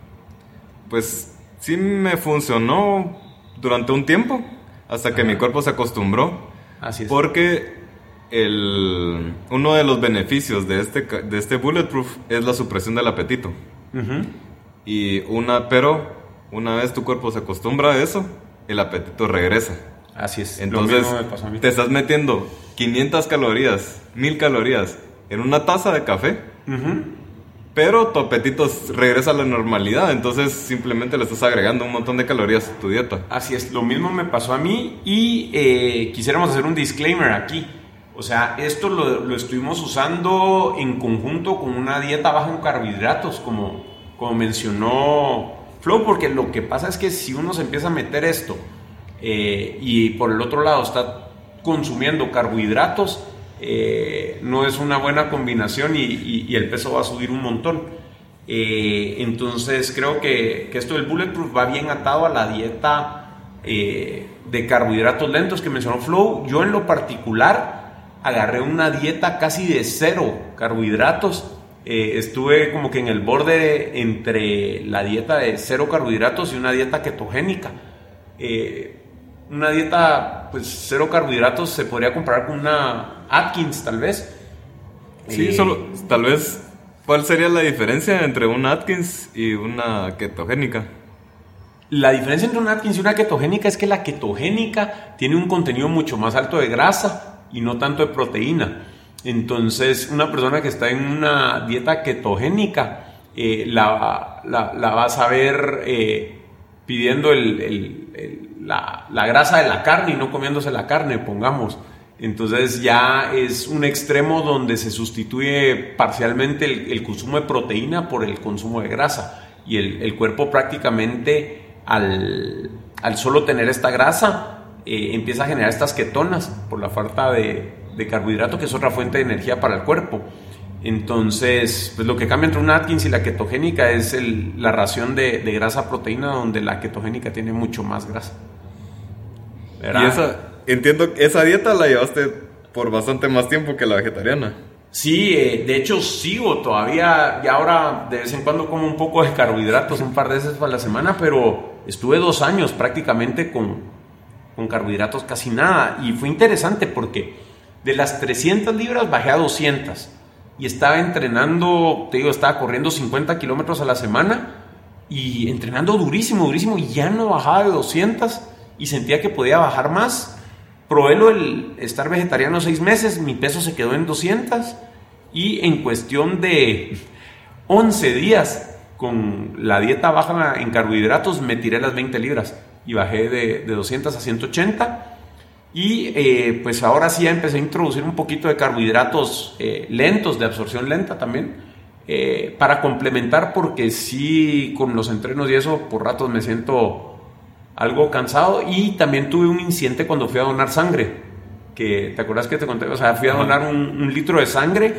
[SPEAKER 2] pues sí me funcionó durante un tiempo hasta que
[SPEAKER 1] Ajá.
[SPEAKER 2] mi cuerpo se acostumbró.
[SPEAKER 1] Así es.
[SPEAKER 2] Porque el, uno de los beneficios de este, ca- de este Bulletproof es la supresión del apetito.
[SPEAKER 1] Uh-huh.
[SPEAKER 2] Y una, pero una vez tu cuerpo se acostumbra a eso, el apetito regresa.
[SPEAKER 1] Así es.
[SPEAKER 2] Entonces
[SPEAKER 1] Lo mismo me pasó a mí.
[SPEAKER 2] te estás metiendo quinientas calorías, mil calorías en una taza de café,
[SPEAKER 1] Uh-huh.
[SPEAKER 2] pero tu apetito regresa a la normalidad. Entonces simplemente le estás agregando un montón de calorías a tu dieta.
[SPEAKER 1] Así es, lo mismo me pasó a mí. Y eh, quisiéramos hacer un disclaimer aquí. O sea, esto lo, lo estuvimos usando en conjunto con una dieta baja en carbohidratos, como, como mencionó Flo, porque lo que pasa es que si uno se empieza a meter esto eh, y por el otro lado está consumiendo carbohidratos, eh, no es una buena combinación, y, y, y el peso va a subir un montón. Eh, entonces creo que, que esto del Bulletproof va bien atado a la dieta eh, de carbohidratos lentos que mencionó Flo. Yo en lo particular agarré una dieta casi de cero carbohidratos. Eh, estuve como que en el borde entre la dieta de cero carbohidratos y una dieta ketogénica. Eh, una dieta pues cero carbohidratos se podría comparar con una Atkins tal vez.
[SPEAKER 2] Sí,
[SPEAKER 1] Eh,
[SPEAKER 2] solo, tal vez, ¿cuál sería la diferencia entre una Atkins y una ketogénica?
[SPEAKER 1] La diferencia entre una Atkins y una ketogénica es que la ketogénica tiene un contenido mucho más alto de grasa y no tanto de proteína. Entonces, una persona que está en una dieta ketogénica eh, la, la, la vas a ver eh, pidiendo el, el, el, la, la grasa de la carne y no comiéndose la carne, pongamos. Entonces ya es un extremo donde se sustituye parcialmente el, el consumo de proteína por el consumo de grasa, y el, el cuerpo prácticamente al, al solo tener esta grasa eh, empieza a generar estas ketonas por la falta de, de carbohidrato, que es otra fuente de energía para el cuerpo. Entonces, pues lo que cambia entre una Atkins y la ketogénica es el, la ración de, de grasa-proteína, donde la ketogénica tiene mucho más grasa. ¿Verdad?
[SPEAKER 2] Y esa, entiendo, esa dieta la llevaste por bastante más tiempo que la vegetariana.
[SPEAKER 1] Sí, eh, de hecho sigo todavía, y ahora de vez en cuando como un poco de carbohidratos, un par de veces para la semana, pero estuve dos años prácticamente con, con carbohidratos casi nada, y fue interesante porque de las trescientas libras bajé a doscientas, y estaba entrenando, te digo, estaba corriendo cincuenta kilómetros a la semana, y entrenando durísimo, durísimo, y ya no bajaba de doscientas, y sentía que podía bajar más. Probé lo del estar vegetariano seis meses, mi peso se quedó en doscientas, y en cuestión de once días con la dieta baja en carbohidratos me tiré las veinte libras y bajé de, de doscientas a ciento ochenta. Y eh, pues ahora sí ya empecé a introducir un poquito de carbohidratos eh, lentos, de absorción lenta también, eh, para complementar, porque sí, con los entrenos y eso por ratos me siento algo cansado. Y también tuve un incidente cuando fui a donar sangre, que te acuerdas que te conté, o sea, fui a donar un, un litro de sangre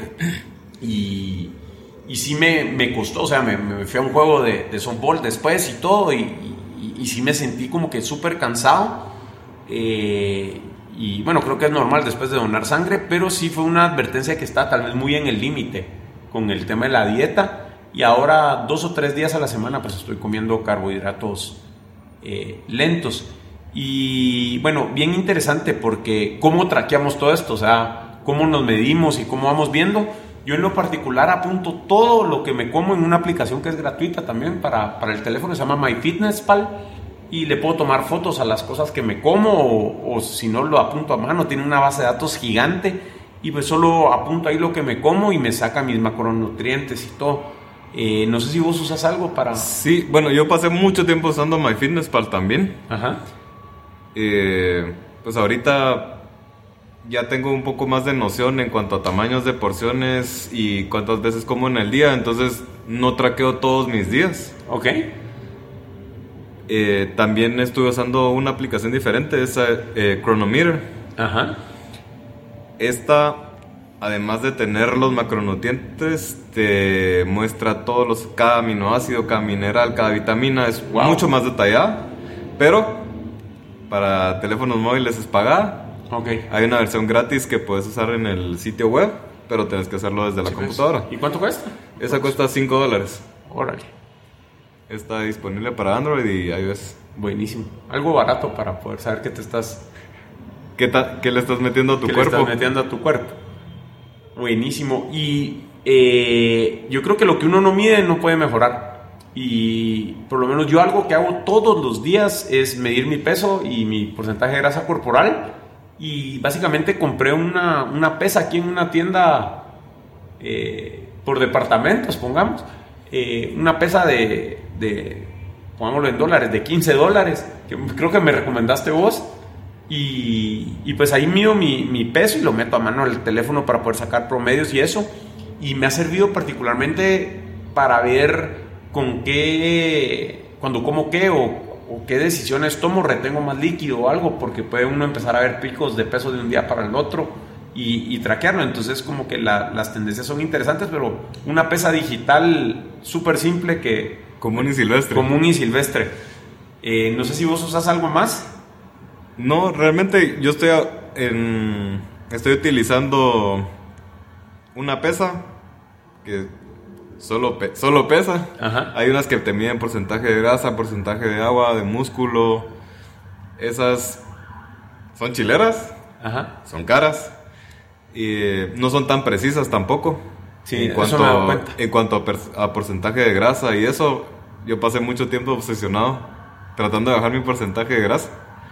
[SPEAKER 1] y, y sí me, me costó, o sea, me, me fui a un juego de, de softball después y todo, y, y, y sí me sentí como que súper cansado. Eh, y bueno, creo que es normal después de donar sangre, pero sí fue una advertencia que está tal vez muy en el límite con el tema de la dieta. y ahora dos o tres días a la semana pues estoy comiendo carbohidratos eh, lentos. Y bueno, bien interesante porque cómo traqueamos todo esto, o sea, cómo nos medimos y cómo vamos viendo. Yo en lo particular apunto todo lo que me como en una aplicación que es gratuita también para, para el teléfono, se llama MyFitnessPal, y le puedo tomar fotos a las cosas que me como o, o si no lo apunto a mano, tiene una base de datos gigante y pues solo apunto ahí lo que me como y me saca mis macronutrientes y todo. Eh, no sé si vos usas algo para...
[SPEAKER 2] Sí, bueno, yo pasé mucho tiempo usando MyFitnessPal también.
[SPEAKER 1] Ajá.
[SPEAKER 2] Eh, pues ahorita ya tengo un poco más de noción en cuanto a tamaños de porciones y cuántas veces como en el día, entonces no traqueo todos mis días.
[SPEAKER 1] Ok.
[SPEAKER 2] Eh, también estuve usando una aplicación diferente, esa eh, Chronometer.
[SPEAKER 1] Ajá.
[SPEAKER 2] Esta, además de tener los macronutrientes, te muestra todos los, cada aminoácido, cada mineral, cada vitamina, es wow. mucho más detallada, pero para teléfonos móviles es pagada.
[SPEAKER 1] Okay.
[SPEAKER 2] Hay una versión gratis que puedes usar en el sitio web, pero tienes que hacerlo desde la sí, computadora.
[SPEAKER 1] ¿Y cuánto cuesta?
[SPEAKER 2] Esa cuesta cinco dólares.
[SPEAKER 1] Órale.
[SPEAKER 2] Está disponible para Android y iOS.
[SPEAKER 1] Buenísimo. Algo barato para poder saber qué te estás...
[SPEAKER 2] ¿Qué, ta- qué le estás metiendo a tu
[SPEAKER 1] ¿Qué
[SPEAKER 2] cuerpo?
[SPEAKER 1] le estás metiendo a tu cuerpo? Buenísimo. Y eh, yo creo que lo que uno no mide no puede mejorar. Y por lo menos yo algo que hago todos los días es medir mi peso y mi porcentaje de grasa corporal. Y básicamente compré una, una pesa aquí en una tienda eh, por departamentos, pongamos. Eh, una pesa de, de, pongámoslo en dólares, de quince dólares, que creo que me recomendaste vos. Y, y pues ahí mido mi, mi peso y lo meto a mano al teléfono para poder sacar promedios y eso. Y me ha servido particularmente para ver con qué, cuando como qué o, o qué decisiones tomo, retengo más líquido o algo, porque puede uno empezar a ver picos de peso de un día para el otro y, y traquearlo. Entonces como que la, las tendencias son interesantes, pero una pesa digital súper simple que...
[SPEAKER 2] Común y silvestre.
[SPEAKER 1] Común y silvestre. Eh, no sé si vos usas algo más.
[SPEAKER 2] No, realmente yo estoy, en, estoy utilizando una pesa que solo, pe, solo pesa.
[SPEAKER 1] Ajá.
[SPEAKER 2] Hay unas que te miden porcentaje de grasa, porcentaje de agua, de músculo. Esas son chileras. Ajá. Son caras y no son tan precisas tampoco.
[SPEAKER 1] Sí,
[SPEAKER 2] en cuanto,
[SPEAKER 1] eso me he dado cuenta.
[SPEAKER 2] En cuanto a, per, a porcentaje de grasa y eso, yo pasé mucho tiempo obsesionado tratando de bajar mi porcentaje de grasa.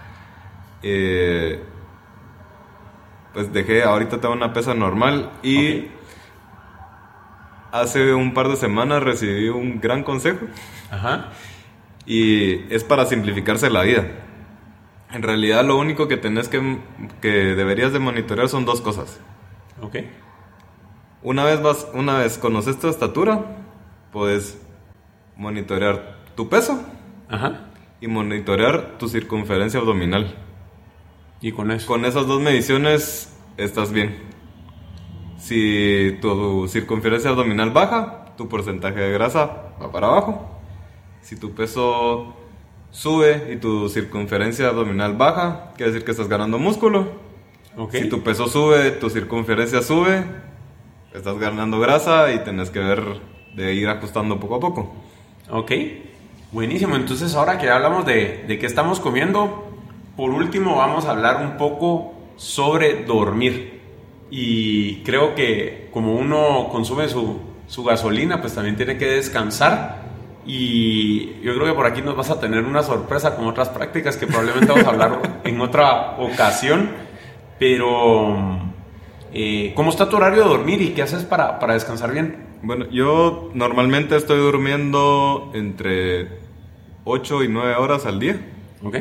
[SPEAKER 2] Eh, pues dejé, ahorita tengo una pesa normal y okay. Hace un par de semanas recibí un gran consejo. Ajá. Y es para simplificarse la vida. En realidad lo único que tenés que, que deberías de monitorear son dos cosas.
[SPEAKER 1] Ok.
[SPEAKER 2] Una vez vas, una vez conoces tu estatura, puedes monitorear tu peso. Ajá. Y monitorear tu circunferencia abdominal.
[SPEAKER 1] ¿Y con eso?
[SPEAKER 2] Con esas dos mediciones estás bien. Si tu circunferencia abdominal baja, tu porcentaje de grasa va para abajo. Si tu peso sube y tu circunferencia abdominal baja, quiere decir que estás ganando músculo. Okay. Si tu peso sube, tu circunferencia sube, estás ganando grasa y tenés que ver de ir ajustando poco a poco.
[SPEAKER 1] Ok, buenísimo. Entonces ahora que hablamos de, de qué estamos comiendo, por último vamos a hablar un poco sobre dormir. Y creo que como uno consume su, su gasolina, pues también tiene que descansar. Y yo creo que por aquí nos vas a tener una sorpresa con otras prácticas que probablemente vamos a hablar en otra ocasión. Pero, eh, ¿cómo está tu horario de dormir y qué haces para, para descansar bien?
[SPEAKER 2] Bueno, yo normalmente estoy durmiendo entre ocho y nueve horas al día.
[SPEAKER 1] Ok.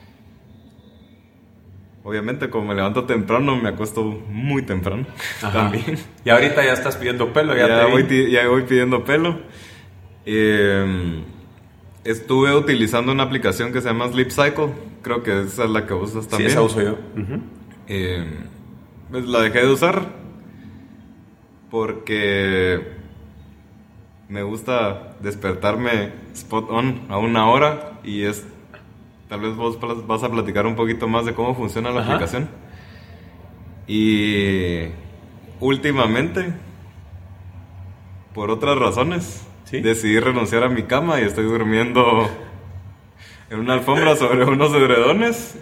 [SPEAKER 2] Obviamente, como me levanto temprano, me acuesto muy temprano. Ajá. También.
[SPEAKER 1] Y ahorita ya estás pidiendo pelo. Ya,
[SPEAKER 2] ya,
[SPEAKER 1] te
[SPEAKER 2] voy, ya voy pidiendo pelo. Eh, estuve utilizando una aplicación que se llama Sleep Cycle. Creo que esa es la que usas también.
[SPEAKER 1] Sí, esa uso yo. Uh-huh.
[SPEAKER 2] Eh, pues la dejé de usar porque me gusta despertarme spot on a una hora y es... Tal vez vos vas a platicar un poquito más de cómo funciona la Ajá. aplicación. Y últimamente, por otras razones, ¿Sí? Decidí renunciar a mi cama y estoy durmiendo en una alfombra sobre unos edredones.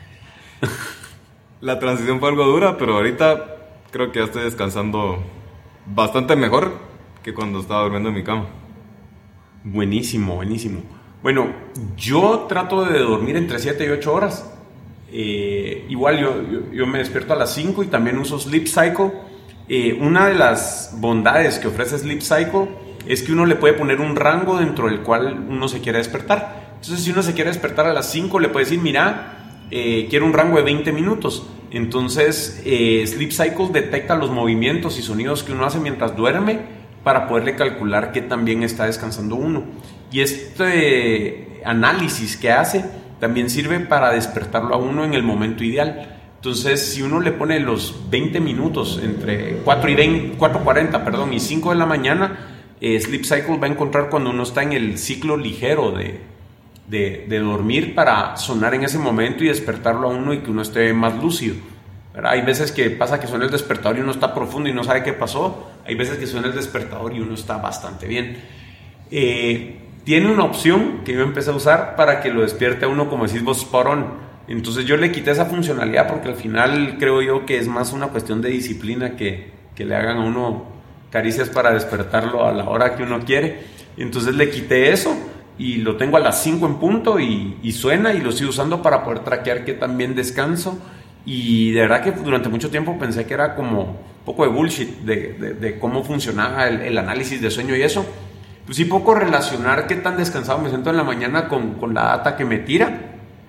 [SPEAKER 2] La transición fue algo dura, pero ahorita creo que ya estoy descansando bastante mejor que cuando estaba durmiendo en mi cama.
[SPEAKER 1] Buenísimo, buenísimo. Bueno, yo trato de dormir entre siete y ocho horas. Eh, igual yo, yo, yo me despierto a las cinco y también uso Sleep Cycle. Eh, una de las bondades que ofrece Sleep Cycle es que uno le puede poner un rango dentro del cual uno se quiere despertar. Entonces, si uno se quiere despertar a las cinco, le puede decir, mira, eh, quiero un rango de veinte minutos. Entonces, eh, Sleep Cycle detecta los movimientos y sonidos que uno hace mientras duerme para poderle calcular qué tan bien está descansando uno. Y este análisis que hace también sirve para despertarlo a uno en el momento ideal. Entonces, si uno le pone los veinte minutos entre cuatro y cuarenta, perdón, y cinco de la mañana, eh, Sleep Cycle va a encontrar cuando uno está en el ciclo ligero de, de, de dormir para sonar en ese momento y despertarlo a uno y que uno esté más lúcido. ¿Verdad? Hay veces que pasa que suena el despertador y uno está profundo y no sabe qué pasó. Hay veces que suena el despertador y uno está bastante bien. Eh, tiene una opción que yo empecé a usar para que lo despierte a uno, como decís vos, spot on. Entonces yo le quité esa funcionalidad porque al final creo yo que es más una cuestión de disciplina que, que le hagan a uno caricias para despertarlo a la hora que uno quiere. Entonces le quité eso y lo tengo a las cinco en punto y, y suena, y lo estoy usando para poder traquear que también descanso. Y de verdad que durante mucho tiempo pensé que era como un poco de bullshit de, de, de cómo funcionaba el, el análisis de sueño y eso. Pues sí, poco relacionar qué tan descansado me siento en la mañana con, con la data que me tira.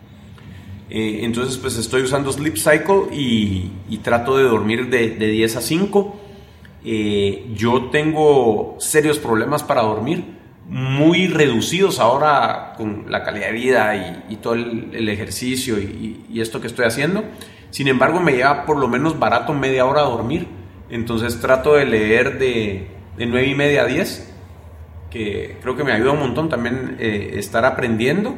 [SPEAKER 1] Eh, entonces pues estoy usando Sleep Cycle y, y trato de dormir de, de diez a cinco. Eh, yo tengo serios problemas para dormir, muy reducidos ahora con la calidad de vida y, y todo el, el ejercicio y, y esto que estoy haciendo. Sin embargo, me lleva por lo menos barato media hora a dormir. Entonces trato de leer de, de nueve y media a diez, que creo que me ayuda un montón también eh, estar aprendiendo.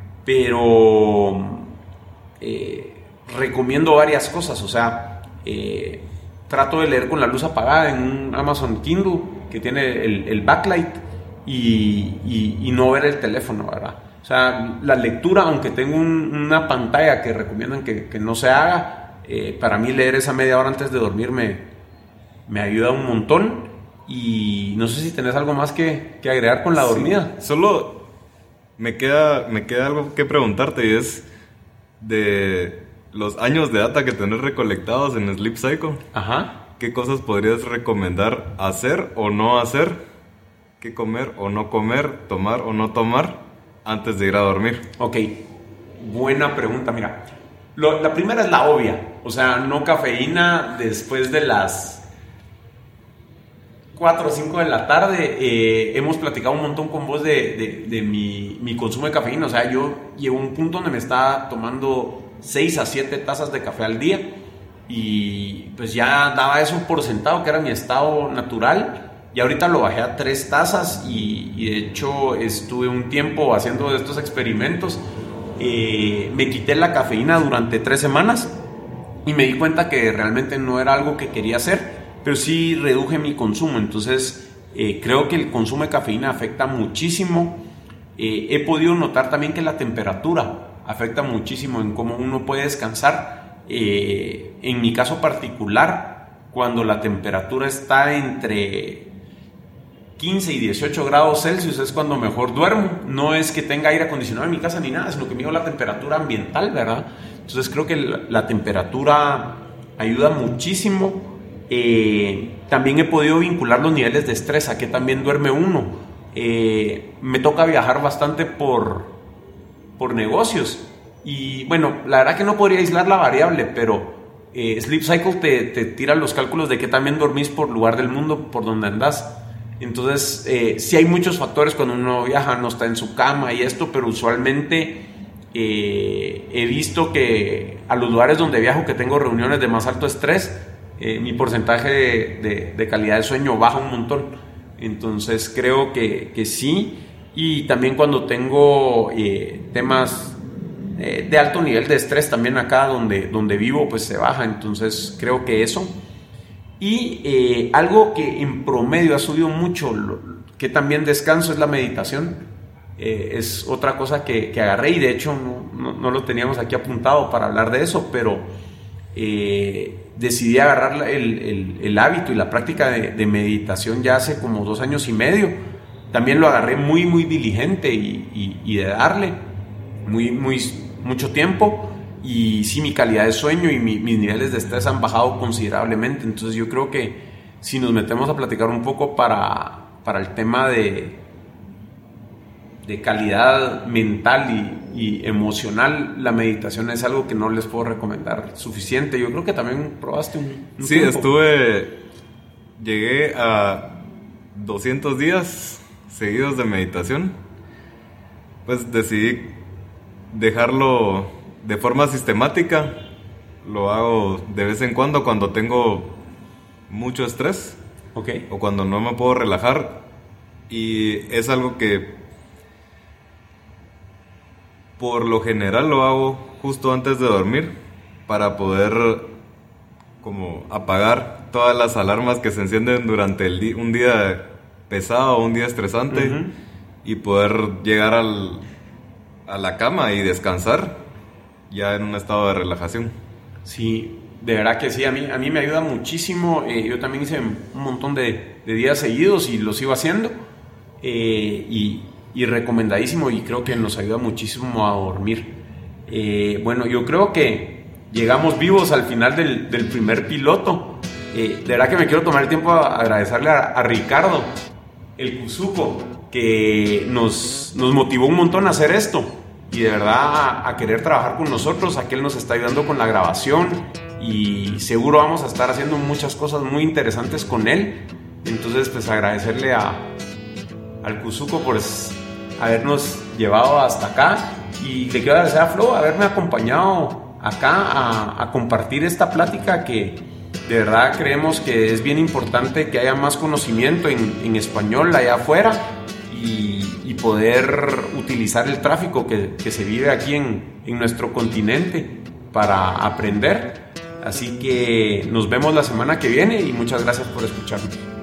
[SPEAKER 1] Pero eh, recomiendo varias cosas. O sea, eh, trato de leer con la luz apagada en un Amazon Kindle que tiene el, el backlight y, y, y no ver el teléfono, ¿verdad? O sea, la lectura, aunque tengo un, una pantalla que recomiendan que, que no se haga, eh, para mí leer esa media hora antes de dormir me, me ayuda un montón. Y no sé si tenés algo más que, que agregar con la dormida.
[SPEAKER 2] Sí, solo me queda, me queda algo que preguntarte, y es de los años de data que tenés recolectados en Sleep Cycle.
[SPEAKER 1] Ajá.
[SPEAKER 2] ¿Qué cosas podrías recomendar hacer o no hacer? ¿Qué comer o no comer? ¿Tomar o no tomar antes de ir a dormir?
[SPEAKER 1] Ok, buena pregunta. Mira, lo, la primera es la obvia. O sea, no cafeína después de las cuatro o cinco de la tarde. Eh, hemos platicado un montón con vos de, de, de mi, mi consumo de cafeína. O sea, yo llevo a un punto donde me estaba tomando seis a siete tazas de café al día. Y pues ya daba eso por sentado, que era mi estado natural. Y ahorita lo bajé a tres tazas y, y de hecho estuve un tiempo haciendo estos experimentos. Eh, me quité la cafeína durante tres semanas y me di cuenta que realmente no era algo que quería hacer, pero sí reduje mi consumo. Entonces eh, creo que el consumo de cafeína afecta muchísimo. Eh, he podido notar también que la temperatura afecta muchísimo en cómo uno puede descansar. Eh, en mi caso particular, cuando la temperatura está entre quince y dieciocho grados Celsius es cuando mejor duermo. No es que tenga aire acondicionado en mi casa ni nada, sino que mido la temperatura ambiental, ¿verdad? Entonces creo que la, la temperatura ayuda muchísimo. Eh, también he podido vincular los niveles de estrés a que también duerme uno. Eh, me toca viajar bastante por, por negocios y bueno, la verdad que no podría aislar la variable, pero eh, Sleep Cycle te, te tira los cálculos de que también dormís por lugar del mundo por donde andás. Entonces, eh, sí hay muchos factores cuando uno viaja, no está en su cama y esto, pero usualmente eh, he visto que a los lugares donde viajo, que tengo reuniones de más alto estrés, eh, mi porcentaje de, de, de calidad de sueño baja un montón. Entonces, creo que, que sí. Y también cuando tengo eh, temas eh, de alto nivel de estrés, también acá donde, donde vivo, pues se baja. Entonces, creo que eso. Y eh, algo que en promedio ha subido mucho lo, qué también descanso es la meditación. Eh, es otra cosa que, que agarré y de hecho no, no, no lo teníamos aquí apuntado para hablar de eso, pero eh, decidí agarrar el, el, el hábito y la práctica de, de meditación ya hace como dos años y medio. También lo agarré muy muy diligente y, y, y de darle muy, muy, mucho tiempo, y sí, mi calidad de sueño y mi, mis niveles de estrés han bajado considerablemente. Entonces yo creo que si nos metemos a platicar un poco para, para el tema de, de calidad mental y, y emocional, la meditación es algo que no les puedo recomendar suficiente. Yo creo que también probaste un, un
[SPEAKER 2] Sí,
[SPEAKER 1] tiempo.
[SPEAKER 2] estuve, llegué a doscientos días seguidos de meditación. Pues decidí dejarlo de forma sistemática. Lo hago de vez en cuando cuando tengo mucho estrés,
[SPEAKER 1] okay,
[SPEAKER 2] o cuando no me puedo relajar, y es algo que por lo general lo hago justo antes de dormir para poder como apagar todas las alarmas que se encienden durante el di- un día pesado o un día estresante, uh-huh, y poder llegar al, a la cama y descansar ya en un estado de relajación.
[SPEAKER 1] Sí, de verdad que sí, a mí, a mí me ayuda muchísimo. Eh, yo también hice un montón de, de días seguidos y lo sigo haciendo, eh, y, y recomendadísimo, y creo que nos ayuda muchísimo a dormir. Eh, bueno, yo creo que llegamos vivos al final del, del primer piloto. Eh, de verdad que me quiero tomar el tiempo a agradecerle a, a Ricardo, el Cuzuco, que nos, nos motivó un montón a hacer esto y de verdad a, a querer trabajar con nosotros, a que él nos está ayudando con la grabación y seguro vamos a estar haciendo muchas cosas muy interesantes con él. Entonces pues agradecerle a, al Cuzuco por habernos llevado hasta acá, y le quiero agradecer a Flo haberme acompañado acá a, a compartir esta plática que de verdad creemos que es bien importante que haya más conocimiento en, en español allá afuera, y, y poder utilizar el tráfico que, que se vive aquí en, en nuestro continente para aprender. Así que nos vemos la semana que viene y muchas gracias por escucharnos.